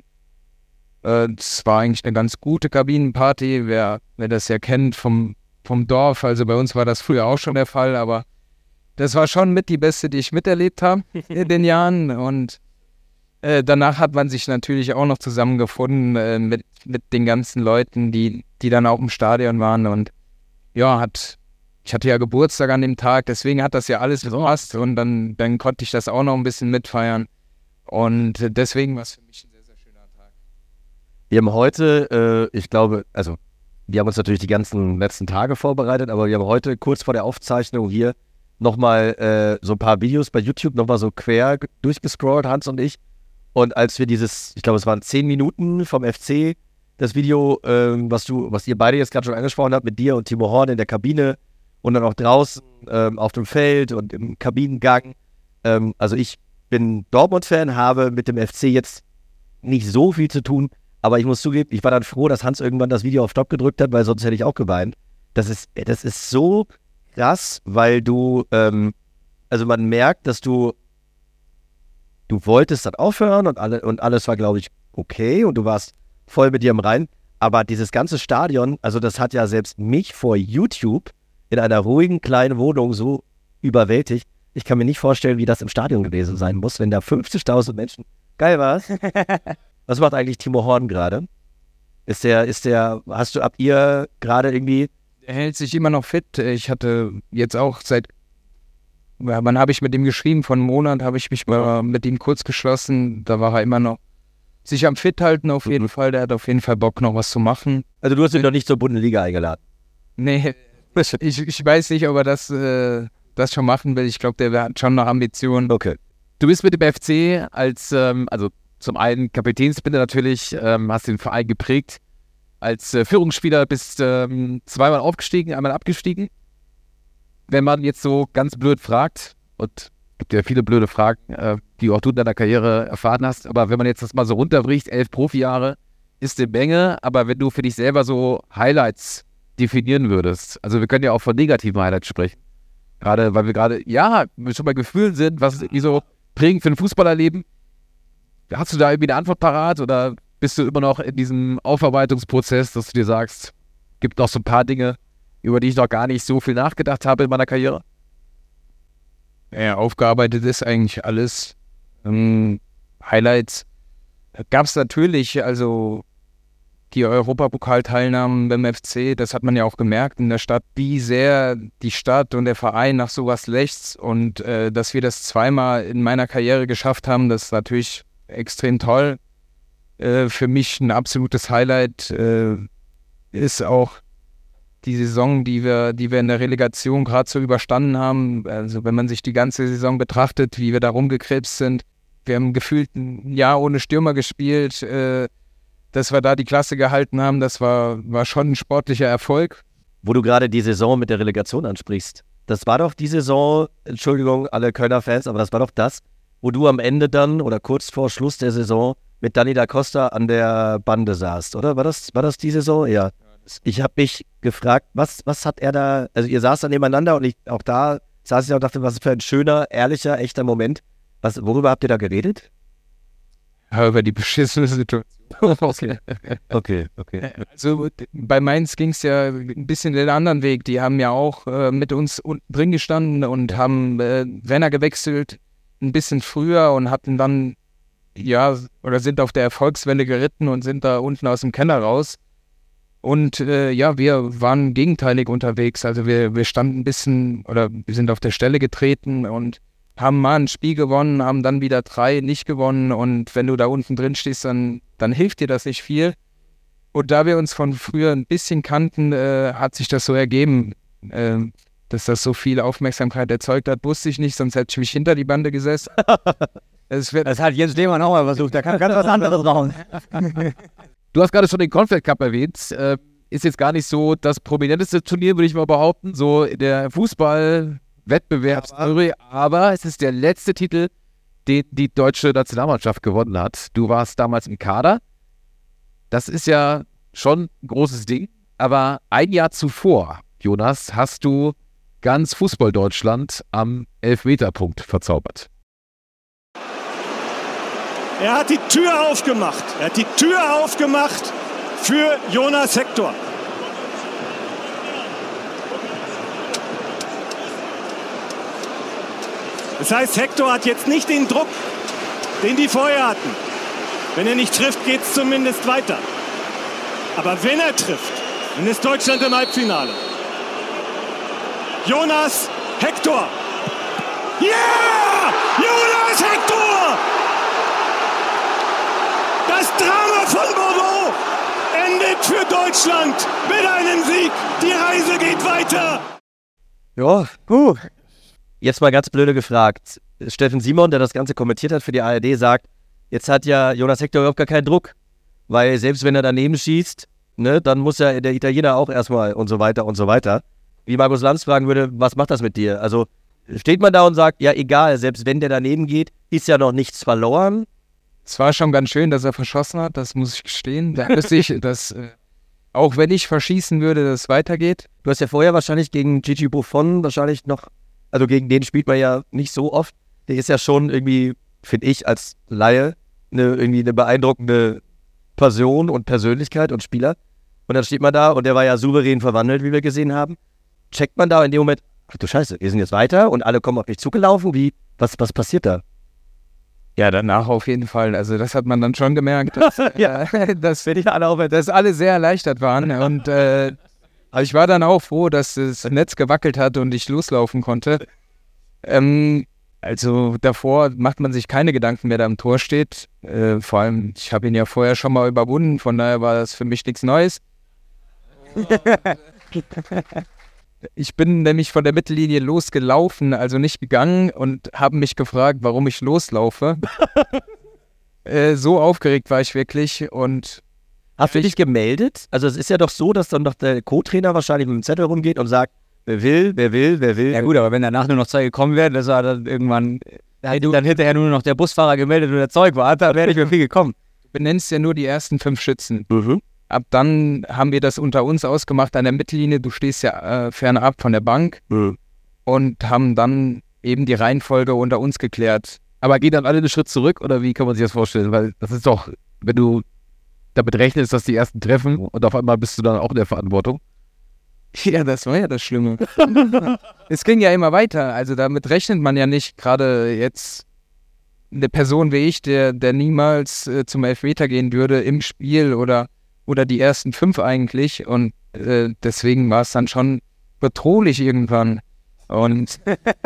Speaker 4: Äh, es war eigentlich eine ganz gute Kabinenparty. Wer, wer das ja kennt vom, vom Dorf. Also bei uns war das früher auch schon der Fall. Aber das war schon mit die beste, die ich miterlebt habe in den Jahren. Und äh, danach hat man sich natürlich auch noch zusammengefunden äh, mit, mit den ganzen Leuten, die, die dann auch im Stadion waren. Und ja, hat... Ich hatte ja Geburtstag an dem Tag, deswegen hat das ja alles gepasst und dann, dann konnte ich das auch noch ein bisschen mitfeiern und deswegen war es für mich ein sehr, sehr schöner Tag.
Speaker 3: Wir haben heute, äh, ich glaube, also wir haben uns natürlich die ganzen letzten Tage vorbereitet, aber wir haben heute kurz vor der Aufzeichnung hier nochmal äh, so ein paar Videos bei YouTube nochmal so quer durchgescrollt, Hans und ich. Und als wir dieses, ich glaube es waren zehn Minuten vom F C, das Video, äh, was du, was ihr beide jetzt gerade schon angesprochen habt, mit dir und Timo Horn in der Kabine, und dann auch draußen ähm, auf dem Feld und im Kabinengang. Ähm, also ich bin Dortmund-Fan, habe mit dem F C jetzt nicht so viel zu tun, aber ich muss zugeben, ich war dann froh, dass Hans irgendwann das Video auf Stopp gedrückt hat, weil sonst hätte ich auch geweint. Das ist, das ist so krass, weil du, ähm, also man merkt, dass du, du wolltest dann aufhören und, alle, und alles war, glaube ich, okay und du warst voll mit dir im Rein, aber dieses ganze Stadion, also das hat ja selbst mich vor YouTube in einer ruhigen kleinen Wohnung so überwältigt. Ich kann mir nicht vorstellen, wie das im Stadion gewesen sein muss, wenn da fünfzigtausend Menschen... Geil war's. Was macht eigentlich Timo Horn gerade? Ist der, ist der, hast du, habt ihr gerade irgendwie...
Speaker 4: Er hält sich immer noch fit. Ich hatte jetzt auch seit, ja, wann habe ich mit ihm geschrieben? Vor einem Monat habe ich mich mal mit ihm kurz geschlossen. Da war er immer noch sich am Fit halten auf jeden mhm. Fall. Der hat auf jeden Fall Bock, noch was zu machen.
Speaker 3: Also du hast ihn noch nicht zur Bundesliga eingeladen?
Speaker 4: Nee, ich, ich weiß nicht, ob er das, äh, das schon machen will. Ich glaube, der hat schon noch Ambitionen.
Speaker 3: Okay.
Speaker 2: Du bist mit dem F C als, ähm, also zum einen Kapitänsbinde natürlich, ähm, hast den Verein geprägt. Als äh, Führungsspieler bist ähm, zweimal aufgestiegen, einmal abgestiegen. Wenn man jetzt so ganz blöd fragt, und es gibt ja viele blöde Fragen, äh, die auch du in deiner Karriere erfahren hast, aber wenn man jetzt das mal so runterbricht, elf Profijahre ist eine Menge, aber wenn du für dich selber so Highlights definieren würdest. Also wir können ja auch von negativen Highlights sprechen. Gerade, weil wir gerade, ja, schon bei Gefühlen sind, was ist irgendwie so prägend für ein Fußballerleben. Hast du da irgendwie eine Antwort parat oder bist du immer noch in diesem Aufarbeitungsprozess, dass du dir sagst, gibt noch so ein paar Dinge, über die ich noch gar nicht so viel nachgedacht habe in meiner Karriere?
Speaker 4: Ja, aufgearbeitet ist eigentlich alles. Ähm, Highlights gab es natürlich, also die Europapokalteilnahmen beim F C, das hat man ja auch gemerkt in der Stadt, wie sehr die Stadt und der Verein nach sowas lechzt und äh, dass wir das zweimal in meiner Karriere geschafft haben, das ist natürlich extrem toll. Äh, für mich ein absolutes Highlight äh, ist auch die Saison, die wir, die wir in der Relegation gerade so überstanden haben. Also wenn man sich die ganze Saison betrachtet, wie wir da rumgekrebst sind. Wir haben gefühlt ein Jahr ohne Stürmer gespielt, äh, dass wir da die Klasse gehalten haben, das war, war schon ein sportlicher Erfolg.
Speaker 3: Wo du gerade die Saison mit der Relegation ansprichst, das war doch die Saison, Entschuldigung, alle Kölner Fans, aber das war doch das, wo du am Ende dann oder kurz vor Schluss der Saison mit Dani da Costa an der Bande saßt, oder? War das, war das die Saison? Ja. Ich habe mich gefragt, was, was hat er da, also ihr saßt dann nebeneinander und ich, auch da saß ich auch und dachte, was für ein schöner, ehrlicher, echter Moment. Was, worüber habt ihr da geredet?
Speaker 4: Ja, über die beschissene Situation.
Speaker 3: okay. okay, okay.
Speaker 4: Also bei Mainz ging es ja ein bisschen den anderen Weg. Die haben ja auch äh, mit uns unten drin gestanden und haben äh, Renner gewechselt, ein bisschen früher und hatten dann, ja, oder sind auf der Erfolgswelle geritten und sind da unten aus dem Keller raus. Und äh, ja, wir waren gegenteilig unterwegs. Also wir, wir standen ein bisschen oder wir sind auf der Stelle getreten und haben mal ein Spiel gewonnen, haben dann wieder drei nicht gewonnen. Und wenn du da unten drin stehst, dann, dann hilft dir das nicht viel. Und da wir uns von früher ein bisschen kannten, äh, hat sich das so ergeben, äh, dass das so viel Aufmerksamkeit erzeugt hat. Wusste ich nicht, sonst hätte ich mich hinter die Bande gesessen. Es wird
Speaker 5: Das hat Jens Lehmann auch mal versucht, da kann ganz was anderes raus.
Speaker 2: Du hast gerade schon den Confed Cup erwähnt. Äh, ist jetzt gar nicht so das prominenteste Turnier, würde ich mal behaupten. So der Fußball-Wettbewerbsstory. Aber es ist der letzte Titel, den die deutsche Nationalmannschaft gewonnen hat. Du warst damals im Kader. Das ist ja schon ein großes Ding. Aber ein Jahr zuvor, Jonas, hast du ganz Fußball-Deutschland am Elfmeterpunkt verzaubert.
Speaker 8: Er hat die Tür aufgemacht. Er hat die Tür aufgemacht für Jonas Hector. Das heißt, Hector hat jetzt nicht den Druck, den die vorher hatten. Wenn er nicht trifft, geht es zumindest weiter. Aber wenn er trifft, dann ist Deutschland im Halbfinale. Jonas Hector. Ja! Jonas Hector! Das Drama von Bordeaux endet für Deutschland mit einem Sieg. Die Reise geht weiter.
Speaker 3: Ja, puh. Jetzt mal ganz blöde gefragt. Steffen Simon, der das Ganze kommentiert hat für die A R D, sagt, jetzt hat ja Jonas Hector überhaupt gar keinen Druck. Weil selbst wenn er daneben schießt, ne, dann muss ja der Italiener auch erstmal und so weiter und so weiter. Wie Markus Lanz fragen würde, was macht das mit dir? Also steht man da und sagt, ja egal, selbst wenn der daneben geht, ist ja noch nichts verloren.
Speaker 4: Es war schon ganz schön, dass er verschossen hat, das muss ich gestehen. Da wüsste ich, dass äh, auch wenn ich verschießen würde, dass es weitergeht.
Speaker 3: Du hast ja vorher wahrscheinlich gegen Gigi Buffon wahrscheinlich noch, also gegen den spielt man ja nicht so oft. Der ist ja schon irgendwie, finde ich als Laie, eine, irgendwie eine beeindruckende Person und Persönlichkeit und Spieler. Und dann steht man da und der war ja souverän verwandelt, wie wir gesehen haben. Checkt man da in dem Moment, ach du Scheiße, wir sind jetzt weiter und alle kommen auf mich zugelaufen. Wie, was, was passiert da?
Speaker 4: Ja, danach auf jeden Fall. Also das hat man dann schon gemerkt, dass,
Speaker 3: ja,
Speaker 4: äh, dass,
Speaker 3: wenn ich alle auf,
Speaker 4: dass alle sehr erleichtert waren. Und äh, aber ich war dann auch froh, dass das Netz gewackelt hat und ich loslaufen konnte. Ähm, also davor macht man sich keine Gedanken, wer da am Tor steht. Äh, vor allem, ich habe ihn ja vorher schon mal überwunden, von daher war das für mich nichts Neues. Ich bin nämlich von der Mittellinie losgelaufen, also nicht gegangen und habe mich gefragt, warum ich loslaufe. äh, so aufgeregt war ich wirklich und...
Speaker 3: Hast du dich gemeldet? Also es ist ja doch so, dass dann doch der Co-Trainer wahrscheinlich mit dem Zettel rumgeht und sagt, wer will, wer will, wer will.
Speaker 5: Ja gut, aber wenn danach nur noch zwei gekommen wären, das war dann irgendwann... Da hat dann hinterher nur noch der Busfahrer gemeldet und der Zeug war, da wäre nicht mehr viel gekommen.
Speaker 4: Du benennst ja nur die ersten fünf Schützen.
Speaker 3: Mhm.
Speaker 4: Ab dann haben wir das unter uns ausgemacht an der Mittellinie. Du stehst ja äh, fernab von der Bank
Speaker 3: Mhm.
Speaker 4: und haben dann eben die Reihenfolge unter uns geklärt.
Speaker 2: Aber gehen dann alle einen Schritt zurück oder wie kann man sich das vorstellen? Weil das ist doch, wenn du damit rechnest, dass die ersten treffen und auf einmal bist du dann auch in der Verantwortung.
Speaker 4: Ja, das war ja das Schlimme. Es ging ja immer weiter. Also damit rechnet man ja nicht. Gerade jetzt eine Person wie ich, der, der niemals äh, zum Elfmeter gehen würde im Spiel oder, oder die ersten fünf eigentlich. Und äh, deswegen war es dann schon bedrohlich irgendwann. Und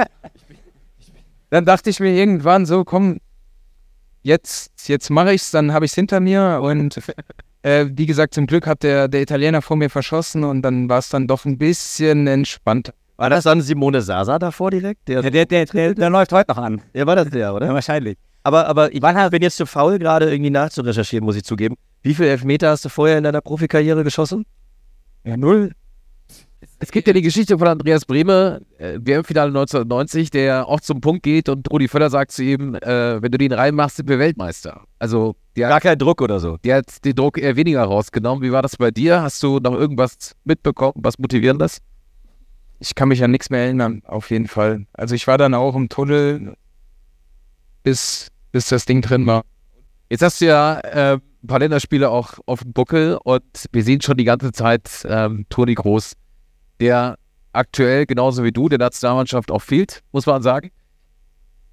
Speaker 4: dann dachte ich mir irgendwann so, komm, jetzt, jetzt mache ich's, dann habe ich's hinter mir. Und äh, wie gesagt, zum Glück hat der, der Italiener vor mir verschossen und dann war es dann doch ein bisschen entspannter.
Speaker 3: War das dann Simone Sasa davor direkt? Der,
Speaker 5: Ja, der, der, der, der läuft heute noch an.
Speaker 3: der war das der, oder?
Speaker 5: Ja, wahrscheinlich.
Speaker 3: Aber, aber ich bin jetzt zu faul, gerade irgendwie nachzurecherchieren, muss ich zugeben. Wie viele Elfmeter hast du vorher in deiner Profikarriere geschossen?
Speaker 4: Ja, null.
Speaker 2: Es gibt ja die Geschichte von Andreas Brehme, äh, W M-Finale neunzehnhundertneunzig, der auch zum Punkt geht und Rudi Völler sagt zu ihm, äh, wenn du den reinmachst, sind wir Weltmeister. Also der
Speaker 3: Gar
Speaker 2: hat,
Speaker 3: kein Druck oder so.
Speaker 2: der hat den Druck eher weniger rausgenommen. Wie war das bei dir? Hast du noch irgendwas mitbekommen, was Motivierendes?
Speaker 4: Ich kann mich an nichts mehr erinnern, auf jeden Fall. Also ich war dann auch im Tunnel, bis, bis das Ding drin war.
Speaker 2: Jetzt hast du ja äh, ein paar Länderspiele auch auf dem Buckel und wir sehen schon die ganze Zeit ähm, Toni Kroos, der aktuell genauso wie du der Nationalmannschaft auch fehlt, muss man sagen.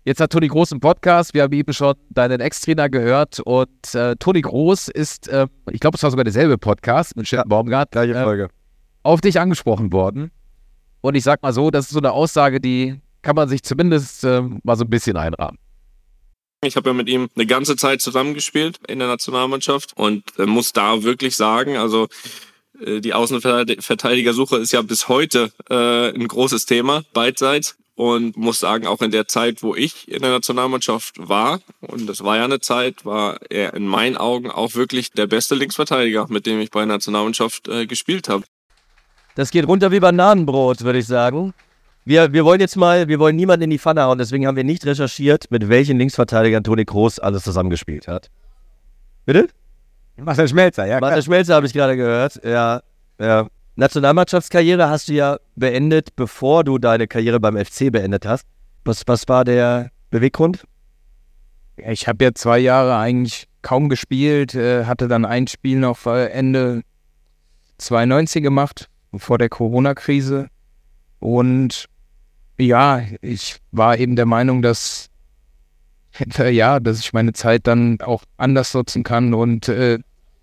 Speaker 2: Jetzt hat Toni Groß einen Podcast, wir haben eben schon deinen Ex-Trainer gehört und äh, Toni Groß ist, äh, ich glaube, es war sogar derselbe Podcast mit Steffen Baumgart,
Speaker 3: Gleiche Folge.
Speaker 2: Äh, auf dich angesprochen worden. Und ich sag mal so, das ist so eine Aussage, die kann man sich zumindest äh, mal so ein bisschen einrahmen.
Speaker 9: Ich habe ja mit ihm eine ganze Zeit zusammengespielt in der Nationalmannschaft und äh, muss da wirklich sagen, also äh, die Außenverteidigersuche ist ja bis heute äh, ein großes Thema, beidseits. Und muss sagen, auch in der Zeit, wo ich in der Nationalmannschaft war, und das war ja eine Zeit, war er in meinen Augen auch wirklich der beste Linksverteidiger, mit dem ich bei der Nationalmannschaft äh, gespielt habe.
Speaker 3: Das geht runter wie Bananenbrot, würde ich sagen. Wir, wir wollen jetzt mal, wir wollen niemanden in die Pfanne hauen, deswegen haben wir nicht recherchiert, mit welchen Linksverteidigern Toni Kroos alles zusammengespielt hat. Bitte?
Speaker 5: Marcel Schmelzer, ja klar.
Speaker 3: Marcel Schmelzer habe ich gerade gehört, ja, ja. Nationalmannschaftskarriere hast du ja beendet, bevor du deine Karriere beim F C beendet hast. Was, was war der Beweggrund?
Speaker 4: Ich habe ja zwei Jahre eigentlich kaum gespielt, äh, hatte dann ein Spiel noch Ende zwanzig neunzehn gemacht, vor der Corona-Krise. Und ja, ich war eben der Meinung, dass, äh, ja, dass ich meine Zeit dann auch anders nutzen kann. Und äh,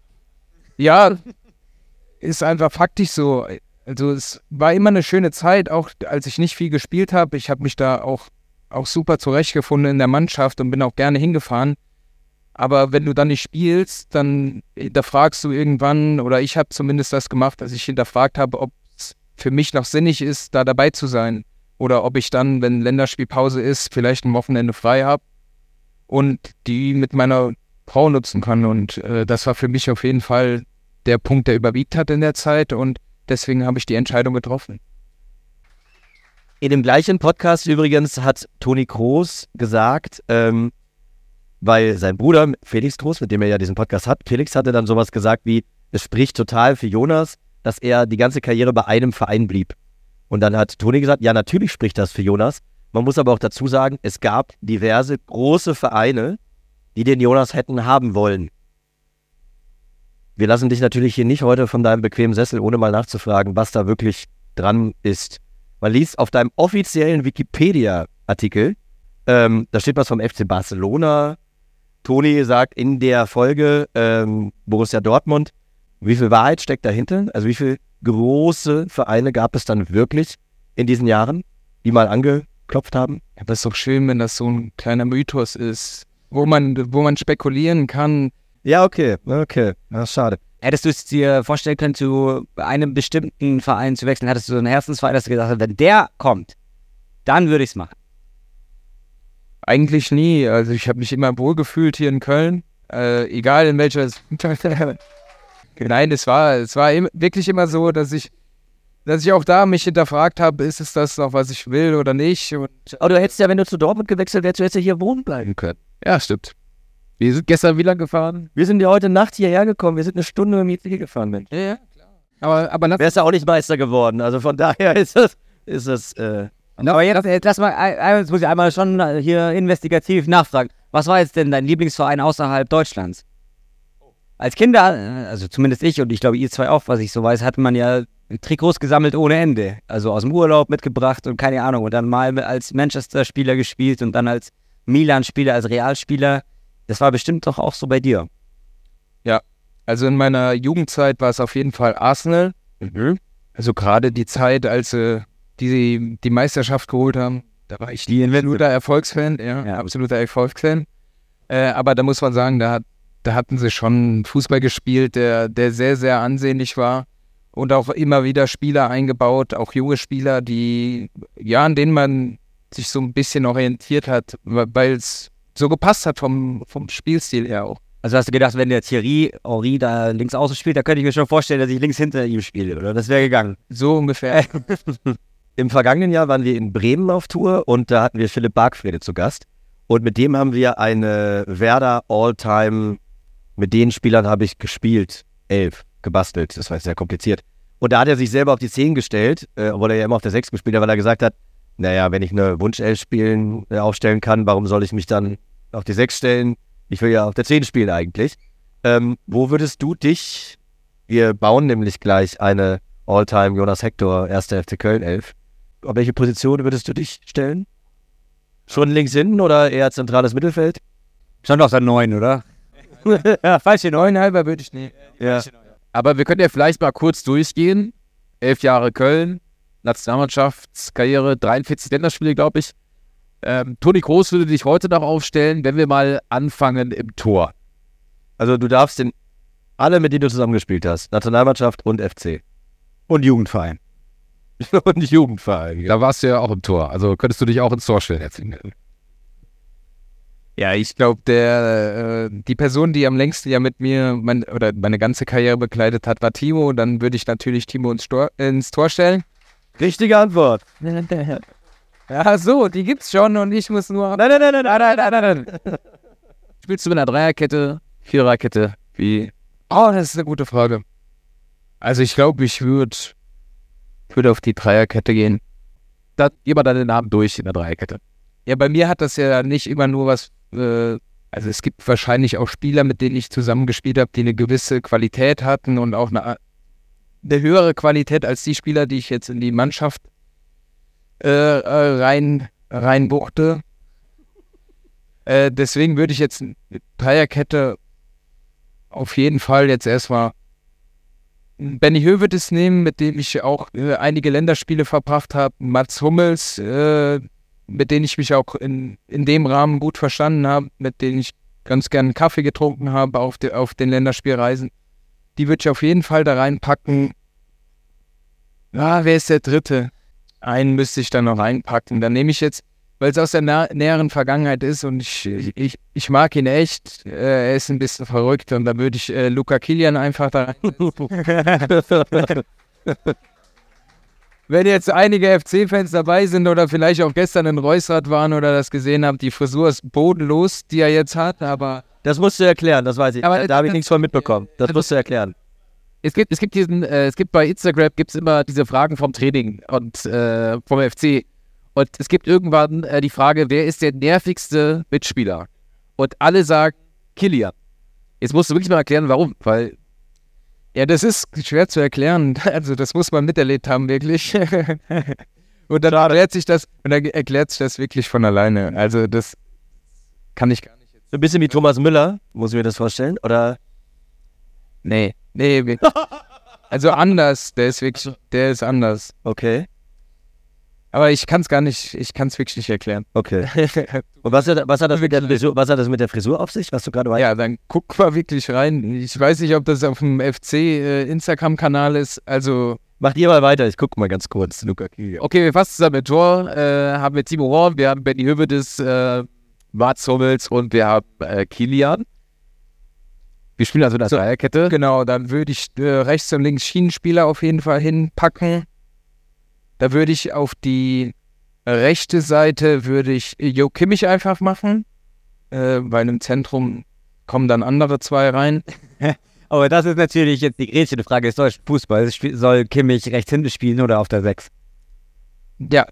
Speaker 4: ja, ist einfach faktisch so. Also es war immer eine schöne Zeit, auch als ich nicht viel gespielt habe. Ich habe mich da auch, auch super zurechtgefunden in der Mannschaft und bin auch gerne hingefahren. Aber wenn du dann nicht spielst, dann hinterfragst du irgendwann, oder ich habe zumindest das gemacht, dass ich hinterfragt habe, ob es für mich noch sinnig ist, da dabei zu sein. Oder ob ich dann, wenn Länderspielpause ist, vielleicht ein Wochenende frei habe und die mit meiner Frau nutzen kann. Und äh, das war für mich auf jeden Fall der Punkt, der überwiegt hat in der Zeit, und deswegen habe ich die Entscheidung getroffen.
Speaker 3: In dem gleichen Podcast übrigens hat Toni Kroos gesagt, ähm, weil sein Bruder Felix Kroos, mit dem er ja diesen Podcast hat, Felix hatte dann sowas gesagt wie, es spricht total für Jonas, dass er die ganze Karriere bei einem Verein blieb. Und dann hat Toni gesagt, ja, natürlich spricht das für Jonas. Man muss aber auch dazu sagen, es gab diverse große Vereine, die den Jonas hätten haben wollen. Wir lassen dich natürlich hier nicht heute von deinem bequemen Sessel, ohne mal nachzufragen, was da wirklich dran ist. Man liest auf deinem offiziellen Wikipedia-Artikel, ähm, da steht was vom F C Barcelona. Toni sagt in der Folge ähm, Borussia Dortmund, wie viel Wahrheit steckt dahinter? Also wie viele große Vereine gab es dann wirklich in diesen Jahren, die mal angeklopft haben?
Speaker 4: Ja, das ist doch schön, wenn das so ein kleiner Mythos ist, wo man, wo man spekulieren kann.
Speaker 3: Ja, okay, okay, das ist schade.
Speaker 5: Hättest du es dir vorstellen können, zu einem bestimmten Verein zu wechseln? Hattest du so einen Herzensverein, dass du gesagt hast, wenn der kommt, dann würde ich es machen?
Speaker 4: Eigentlich nie. Also ich habe mich immer wohlgefühlt hier in Köln, äh, egal in welcher... Nein, es war, es war im, wirklich immer so, dass ich, dass ich auch da mich hinterfragt habe, ist es das noch, was ich will oder nicht? Und,
Speaker 3: aber du hättest ja, wenn du zu Dortmund gewechselt wärst, du hättest ja hier wohnen bleiben können.
Speaker 2: Ja, stimmt. Wir sind gestern wie lang gefahren?
Speaker 3: Wir sind ja heute Nacht hierher gekommen. Wir sind eine Stunde mit mir gefahren, Mensch.
Speaker 2: Ja, ja, klar. Aber, aber lass
Speaker 3: wärst ja auch nicht Meister geworden. Also von daher ist das, ist das, äh...
Speaker 5: Aber jetzt, jetzt lass mal, jetzt muss ich einmal schon hier investigativ nachfragen. Was war jetzt denn dein Lieblingsverein außerhalb Deutschlands? Als Kinder, also zumindest ich und ich glaube ihr zwei auch, was ich so weiß, hatte man ja Trikots gesammelt ohne Ende. Also aus dem Urlaub mitgebracht und keine Ahnung. Und dann mal als Manchester-Spieler gespielt und dann als Milan-Spieler, als Realspieler. Das war bestimmt doch auch so bei dir.
Speaker 4: Ja, also in meiner Jugendzeit war es auf jeden Fall Arsenal. Mhm. Also gerade die Zeit, als sie die, die Meisterschaft geholt haben, da war ich ein absoluter Erfolgsfan. Ja, ja. absoluter Erfolgsfan. Äh, aber da muss man sagen, da, hat, da hatten sie schon Fußball gespielt, der, der sehr, sehr ansehnlich war. Und auch immer wieder Spieler eingebaut, auch junge Spieler, die, ja, an denen man sich so ein bisschen orientiert hat, weil es so gepasst hat vom, vom Spielstil her auch.
Speaker 5: Also hast du gedacht, wenn der Thierry Henry da links außen spielt, da könnte ich mir schon vorstellen, dass ich links hinter ihm spiele, oder? Das wäre gegangen.
Speaker 4: So ungefähr.
Speaker 3: Im vergangenen Jahr waren wir in Bremen auf Tour und da hatten wir Philipp Bargfrede zu Gast. Und mit dem haben wir eine Werder All-Time, mit den Spielern habe ich gespielt, elf, gebastelt. Das war sehr kompliziert. Und da hat er sich selber auf die zehn gestellt, äh, obwohl er ja immer auf der sechs gespielt hat, weil er gesagt hat, naja, wenn ich eine Wunsch-Elf spielen, äh, aufstellen kann, warum soll ich mich dann auf die sechs stellen? Ich will ja auf der zehn spielen eigentlich. Ähm, wo würdest du dich, wir bauen nämlich gleich eine All-Time Jonas Hector, erster F C Köln elf. Auf welche Position würdest du dich stellen? Schon links hinten oder eher zentrales Mittelfeld?
Speaker 5: Schon auf der neun, oder?
Speaker 4: Ja, falsche neunhalber würde ich nehmen.
Speaker 3: Ja.
Speaker 2: Aber wir können ja vielleicht mal kurz durchgehen. Elf Jahre Köln, Nationalmannschaftskarriere, dreiundvierzig Länderspiele, glaube ich. Ähm, Toni Kroos würde dich heute noch aufstellen, wenn wir mal anfangen im Tor.
Speaker 3: Also du darfst den alle, mit denen du zusammengespielt hast, Nationalmannschaft und F C.
Speaker 5: Und Jugendverein.
Speaker 3: Und Jugendverein.
Speaker 2: Da warst du ja auch im Tor. Also könntest du dich auch ins Tor stellen jetzt.
Speaker 4: Ja, ich glaube, der äh, die Person, die am längsten ja mit mir mein, oder meine ganze Karriere begleitet hat, war Timo. Dann würde ich natürlich Timo ins Tor, ins Tor stellen.
Speaker 3: Richtige Antwort.
Speaker 4: Ja, so, die gibt's schon und ich muss nur...
Speaker 3: Nein, nein, nein, nein, nein, nein, nein, nein.
Speaker 2: Spielst du mit einer Dreierkette, Viererkette? Wie?
Speaker 4: Oh, das ist eine gute Frage. Also ich glaube, ich würde würd auf die Dreierkette gehen.
Speaker 2: Da geh mal deinen Namen durch in der Dreierkette.
Speaker 4: Ja, bei mir hat das ja nicht immer nur was... Äh, also es gibt wahrscheinlich auch Spieler, mit denen ich zusammengespielt habe, die eine gewisse Qualität hatten und auch eine, eine höhere Qualität als die Spieler, die ich jetzt in die Mannschaft äh, äh, rein, reinbuchte. Äh, deswegen würde ich jetzt eine Dreierkette auf jeden Fall jetzt erstmal Benny Höwedes nehmen, mit dem ich auch äh, einige Länderspiele verbracht habe. Mats Hummels, äh, mit denen ich mich auch in, in dem Rahmen gut verstanden habe, mit denen ich ganz gerne einen Kaffee getrunken habe auf, de, auf den Länderspielreisen. Die würde ich auf jeden Fall da reinpacken. Ah, wer ist der Dritte? Einen müsste ich da noch reinpacken. Dann nehme ich jetzt, weil es aus der nah- näheren Vergangenheit ist und ich, ich, ich mag ihn echt. Äh, er ist ein bisschen verrückt und da würde ich äh, Luca Kilian einfach da rein. Wenn jetzt einige F C-Fans dabei sind oder vielleicht auch gestern in Reusrad waren oder das gesehen haben, die Frisur ist bodenlos, die er jetzt hat, aber...
Speaker 3: Das musst du erklären, das weiß ich.
Speaker 4: Aber
Speaker 3: da da habe ich nichts von mitbekommen. Das musst du erklären.
Speaker 2: Es gibt, es gibt diesen, äh, es gibt bei Instagram gibt's immer diese Fragen vom Training und äh, vom F C. Und es gibt irgendwann äh, die Frage, wer ist der nervigste Mitspieler? Und alle sagen Kilian. Jetzt musst du wirklich mal erklären, warum. Weil
Speaker 4: ja, das ist schwer zu erklären. Also das muss man miterlebt haben, wirklich. Und dann erklärt sich das, und dann erklärt sich das wirklich von alleine. Also das kann ich gar nicht.
Speaker 3: So ein bisschen wie Thomas Müller, muss ich mir das vorstellen? Oder?
Speaker 4: Nee, nee. wir- Also anders, der ist wirklich, der ist anders.
Speaker 3: Okay,
Speaker 4: Aber ich kann es gar nicht, ich kann es wirklich nicht erklären.
Speaker 3: okay. Und was hat, was, hat das mit der Frisur, was hat das mit der Frisur auf sich, was du gerade weißt?
Speaker 4: Ja, dann guck mal wirklich rein. Ich weiß nicht, ob das auf dem F C-Instagram-Kanal ist. Also,
Speaker 3: Macht ihr mal weiter, ich guck mal ganz kurz. Luca Kilian.
Speaker 2: okay, wir fassen zusammen mit Tor, äh, haben wir Timo Horn, wir haben Benny Höwedes, äh, Mats Hummels und wir haben äh, Kilian. Wir spielen also in der
Speaker 4: So,
Speaker 2: Dreierkette.
Speaker 4: genau, dann würde ich äh, rechts und links Schienenspieler auf jeden Fall hinpacken. Da würde ich auf die rechte Seite würde ich Jo Kimmich einfach machen, äh, weil im Zentrum kommen dann andere zwei rein.
Speaker 5: Aber das ist natürlich jetzt die grätsche Frage des deutschen Fußballs. Spiel- Soll Kimmich rechts hinten spielen oder auf der sechs?
Speaker 4: Ja,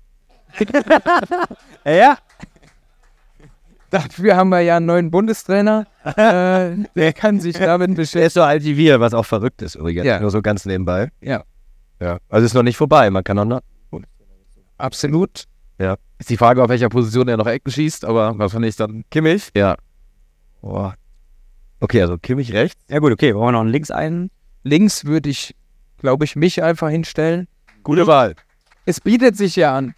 Speaker 5: Ja?
Speaker 4: dafür haben wir ja einen neuen Bundestrainer. äh, der kann sich damit
Speaker 3: Der
Speaker 4: beschäftigen.
Speaker 3: ist so alt wie wir, was auch verrückt ist übrigens.
Speaker 4: Ja.
Speaker 3: Nur so ganz nebenbei.
Speaker 4: Ja.
Speaker 3: Ja. Also ist noch nicht vorbei, man kann auch noch.
Speaker 4: Absolut.
Speaker 2: Ist die Frage, auf welcher Position er noch Ecken schießt, aber wahrscheinlich dann.
Speaker 3: Kimmich?
Speaker 2: Ja.
Speaker 3: Boah. Okay, also Kimmich rechts.
Speaker 5: Ja gut, okay. Wollen wir noch einen links einen?
Speaker 4: Links würde ich, glaube ich, mich einfach hinstellen.
Speaker 3: Gute Wahl.
Speaker 4: Es bietet sich ja an.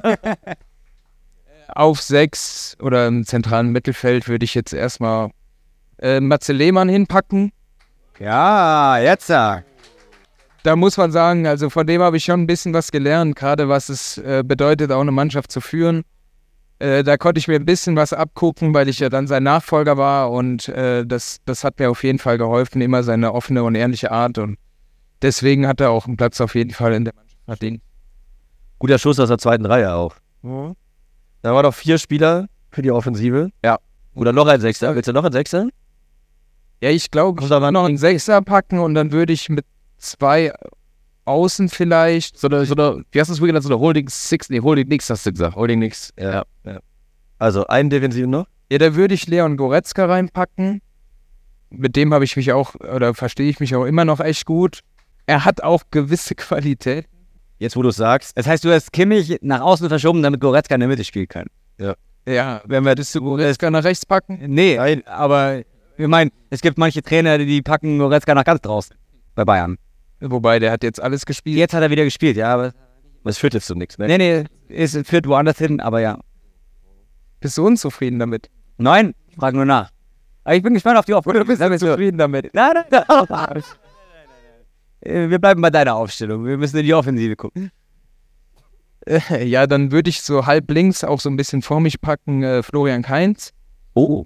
Speaker 4: Auf sechs oder im zentralen Mittelfeld würde ich jetzt erstmal äh, Matze Lehmann hinpacken.
Speaker 5: Ja, jetzt sag.
Speaker 4: Da muss man sagen, also von dem habe ich schon ein bisschen was gelernt, gerade was es äh, bedeutet, auch eine Mannschaft zu führen. Äh, da konnte ich mir ein bisschen was abgucken, weil ich ja dann sein Nachfolger war und äh, das, das hat mir auf jeden Fall geholfen, immer seine offene und ehrliche Art und deswegen hat er auch einen Platz auf jeden Fall in der Mannschaft verdient.
Speaker 3: Guter Schuss aus der zweiten Reihe auch. Da haben wir noch vier Spieler für die Offensive.
Speaker 2: Ja.
Speaker 3: Oder noch ein Sechster. Willst du noch einen Sechster?
Speaker 4: Ja, ich glaube, ich
Speaker 3: Kommt da
Speaker 4: würde noch einen Sechser packen und dann würde ich mit zwei Außen vielleicht.
Speaker 2: So eine, so eine, wie hast du es vorhin genannt, so eine Holding Six, nee, Holding Nix hast du gesagt.
Speaker 3: Holding nix. Ja. ja. Also einen Defensiven noch.
Speaker 4: Ja, da würde ich Leon Goretzka reinpacken. Mit dem habe ich mich auch, oder verstehe ich mich auch immer noch echt gut. Er hat auch gewisse Qualität.
Speaker 3: Jetzt, wo du es sagst.
Speaker 5: Das heißt, du hast Kimmich nach außen verschoben, damit Goretzka in der Mitte spielen kann.
Speaker 3: Ja.
Speaker 4: Ja,
Speaker 5: Wenn wir
Speaker 4: würdest du Goretzka nach rechts packen?
Speaker 5: Nee, aber ich meine, es gibt manche Trainer, die packen Goretzka nach ganz draußen bei Bayern.
Speaker 4: Wobei, der hat jetzt alles gespielt.
Speaker 5: Jetzt hat er wieder gespielt, ja, aber
Speaker 3: Das führt jetzt zu nichts, ne?
Speaker 5: nee, nee, es führt woanders hin, aber ja.
Speaker 4: Bist du unzufrieden damit?
Speaker 5: Nein, ich frage nur nach. Aber ich bin gespannt auf die Aufstellung.
Speaker 4: Bist du zufrieden damit?
Speaker 5: Nein, nein, nein, nein. Äh, Wir bleiben bei deiner Aufstellung. Wir müssen in die Offensive gucken.
Speaker 4: Äh, ja, dann würde ich so halb links auch so ein bisschen vor mich packen, äh, Florian Kainz.
Speaker 3: Oh.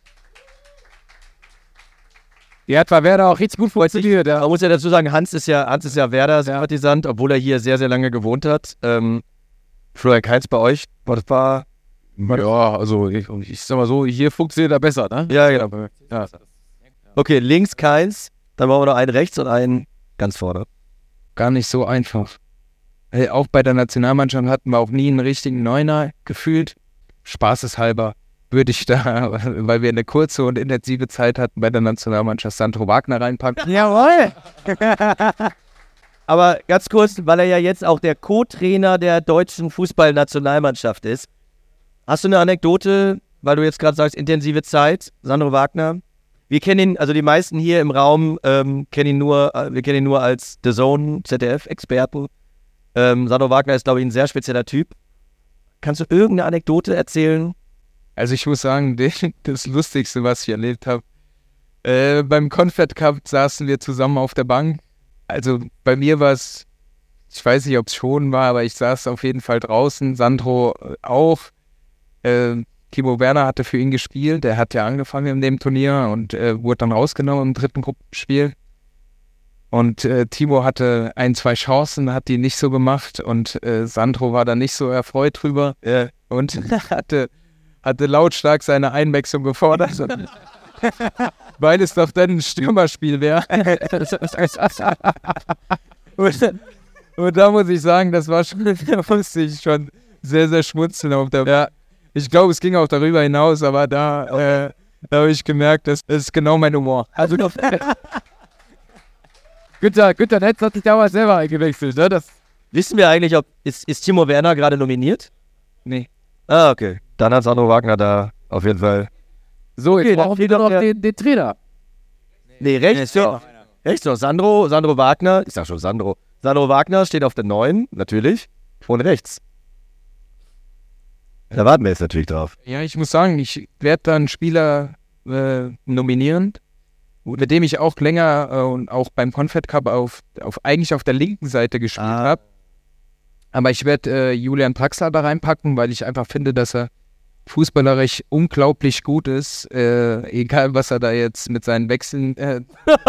Speaker 2: Der hat bei Werder auch richtig gut funktioniert. Ja.
Speaker 3: Man muss ja dazu sagen, Hans ist ja, Hans ist ja Werder-Sympathisant, obwohl er hier sehr, sehr lange gewohnt hat. Ähm, Florian Kainz bei euch, das war...
Speaker 2: Ja, also ich, ich sag mal so, hier funktioniert er besser, ne?
Speaker 3: Ja, genau.
Speaker 2: Ja.
Speaker 3: Okay, links Kainz, dann machen wir noch einen rechts und einen ganz vorne.
Speaker 4: Gar nicht so einfach. Äh, auch bei der Nationalmannschaft hatten wir auch nie einen richtigen Neuner gefühlt. Spaßeshalber würde ich da, weil wir eine kurze und intensive Zeit hatten bei der Nationalmannschaft, Sandro Wagner reinpacken.
Speaker 5: Jawohl!
Speaker 3: Aber ganz kurz, weil er ja jetzt auch der Co-Trainer der deutschen Fußballnationalmannschaft ist. Hast du eine Anekdote, weil du jetzt gerade sagst, intensive Zeit, Sandro Wagner? Wir kennen ihn, also die meisten hier im Raum ähm, kennen ihn nur, äh, wir kennen ihn nur als The Zone Z D F-Experten. Ähm, Sandro Wagner ist, glaube ich, ein sehr spezieller Typ. Kannst du irgendeine Anekdote erzählen?
Speaker 4: Also ich muss sagen, das Lustigste, was ich erlebt habe, äh, beim Confed Cup saßen wir zusammen auf der Bank. Also bei mir war es, ich weiß nicht, ob es schon war, aber ich saß auf jeden Fall draußen, Sandro auch. Äh, Timo Werner hatte für ihn gespielt, der hat ja angefangen in dem Turnier und äh, wurde dann rausgenommen im dritten Gruppenspiel. Und äh, Timo hatte ein, zwei Chancen, hat die nicht so gemacht und äh, Sandro war da nicht so erfreut drüber
Speaker 3: Ja.
Speaker 4: und hatte, hatte lautstark seine Einwechslung gefordert, weil es doch dann ein Stürmerspiel wäre. und, und da muss ich sagen, das war schon, da musste ich schon sehr, sehr schmunzeln auf der ja. Ich glaube, es ging auch darüber hinaus, aber da, äh, da habe ich gemerkt, das, das ist genau mein Humor. Also
Speaker 2: Günther, Günther Netz hat sich damals selber eingewechselt, ne? Das
Speaker 3: Wissen wir eigentlich, ob ist, ist Timo Werner gerade nominiert?
Speaker 4: Nee.
Speaker 3: Ah, okay. Dann hat Sandro Wagner da auf jeden Fall.
Speaker 2: so, jetzt
Speaker 3: dann
Speaker 2: brauchen wir
Speaker 3: fehlt
Speaker 2: noch
Speaker 3: noch der-
Speaker 2: den, den Trainer.
Speaker 3: Nee, rechts noch. Rechts noch. Sandro, Sandro Wagner, ich sag schon Sandro. Sandro Wagner steht auf der neun, natürlich. Und rechts. Da warten wir jetzt natürlich drauf.
Speaker 4: Ja, ich muss sagen, ich werde da einen Spieler äh, nominieren, mit dem ich auch länger äh, und auch beim Confed Cup auf, auf eigentlich auf der linken Seite gespielt
Speaker 3: Ah.
Speaker 4: habe. Aber ich werde äh, Julian Draxler da reinpacken, weil ich einfach finde, dass er fußballerisch unglaublich gut ist. Äh, egal, was er da jetzt mit seinen Wechseln äh,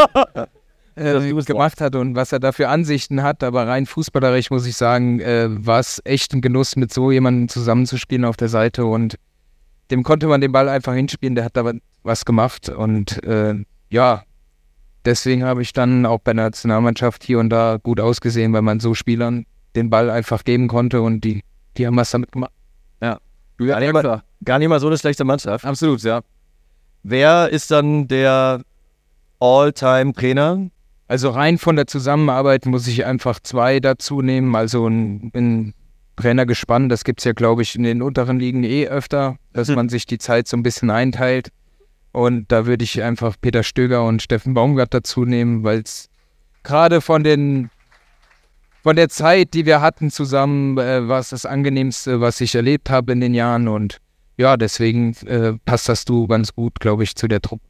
Speaker 4: äh, gemacht hat und was er da für Ansichten hat. Aber rein fußballerisch muss ich sagen, äh, war es echt ein Genuss, mit so jemandem zusammenzuspielen auf der Seite. Und dem konnte man den Ball einfach hinspielen. Der hat da was gemacht. Und äh, ja, deswegen habe ich dann auch bei der Nationalmannschaft hier und da gut ausgesehen, weil man so Spielern den Ball einfach geben konnte und die, die haben was damit gemacht.
Speaker 3: Gar nicht, mal, gar nicht mal so eine schlechte Mannschaft.
Speaker 2: Absolut, ja.
Speaker 3: Wer ist dann der All-Time-Trainer?
Speaker 4: Also rein von der Zusammenarbeit muss ich einfach zwei dazu nehmen. Also ein, ein Trainergespann, das gibt es ja, glaube ich, in den unteren Ligen eh öfter, dass
Speaker 3: Hm.
Speaker 4: man sich die Zeit so ein bisschen einteilt. Und da würde ich einfach Peter Stöger und Steffen Baumgart dazu nehmen, weil es gerade von den von der Zeit, die wir hatten zusammen, äh, war es das Angenehmste, was ich erlebt habe in den Jahren. Und ja, deswegen äh, passt das du ganz gut, glaube ich, zu der Truppe.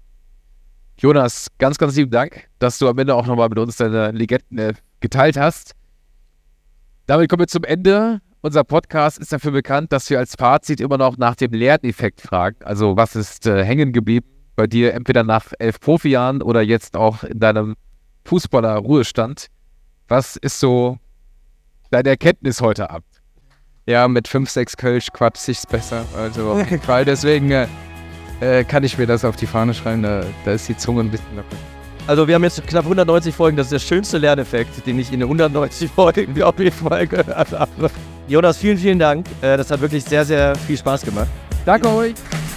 Speaker 2: Jonas, ganz, ganz lieben Dank, dass du am Ende auch nochmal mit uns deine Legenden äh, geteilt hast. Damit kommen wir zum Ende. Unser Podcast ist dafür bekannt, dass wir als Fazit immer noch nach dem Lerneffekt fragen. Also was ist äh, hängen geblieben bei dir, entweder nach elf Profijahren oder jetzt auch in deinem Fußballer-Ruhestand? Was ist so deine Erkenntnis heute Abend?
Speaker 4: Ja, mit fünf, sechs Kölsch quatscht sich's besser. Also auf jeden Fall. Deswegen äh, äh, kann ich mir das auf die Fahne schreiben. Da, da ist die Zunge ein bisschen locker.
Speaker 3: Also wir haben jetzt knapp hundertneunzig Folgen. Das ist der schönste Lerneffekt, den ich in den hundertneunzig Folgen auf jeden Fall gehört habe. Jonas, vielen, vielen Dank. Äh, das hat wirklich sehr, sehr viel Spaß gemacht.
Speaker 2: Danke euch.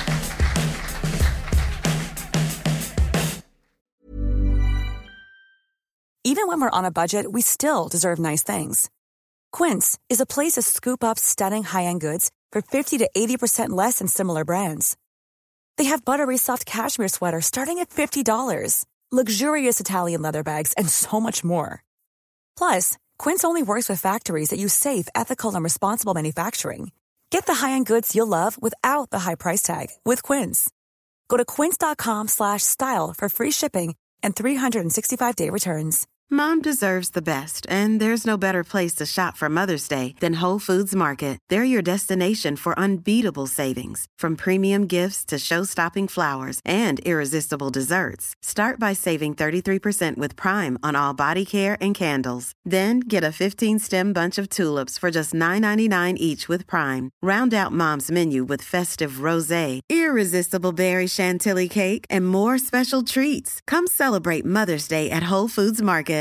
Speaker 10: Even when we're on a budget, we still deserve nice things. Quince is a place to scoop up stunning high-end goods for fifty to eighty percent less than similar brands. They have buttery soft cashmere sweaters starting at fifty dollars, luxurious Italian leather bags, and so much more. Plus, Quince only works with factories that use safe, ethical, and responsible manufacturing. Get the high-end goods you'll love without the high price tag with Quince. Go to quince.com slash style for free shipping and three sixty-five day returns.
Speaker 11: Mom deserves the best, and there's no better place to shop for Mother's Day than Whole Foods Market. They're your destination for unbeatable savings, from premium gifts to show-stopping flowers and irresistible desserts. Start by saving thirty-three percent with Prime on all body care and candles. Then get a fifteen-stem bunch of tulips for just nine ninety-nine each with Prime. Round out Mom's menu with festive rosé, irresistible berry chantilly cake, and more special treats. Come celebrate Mother's Day at Whole Foods Market.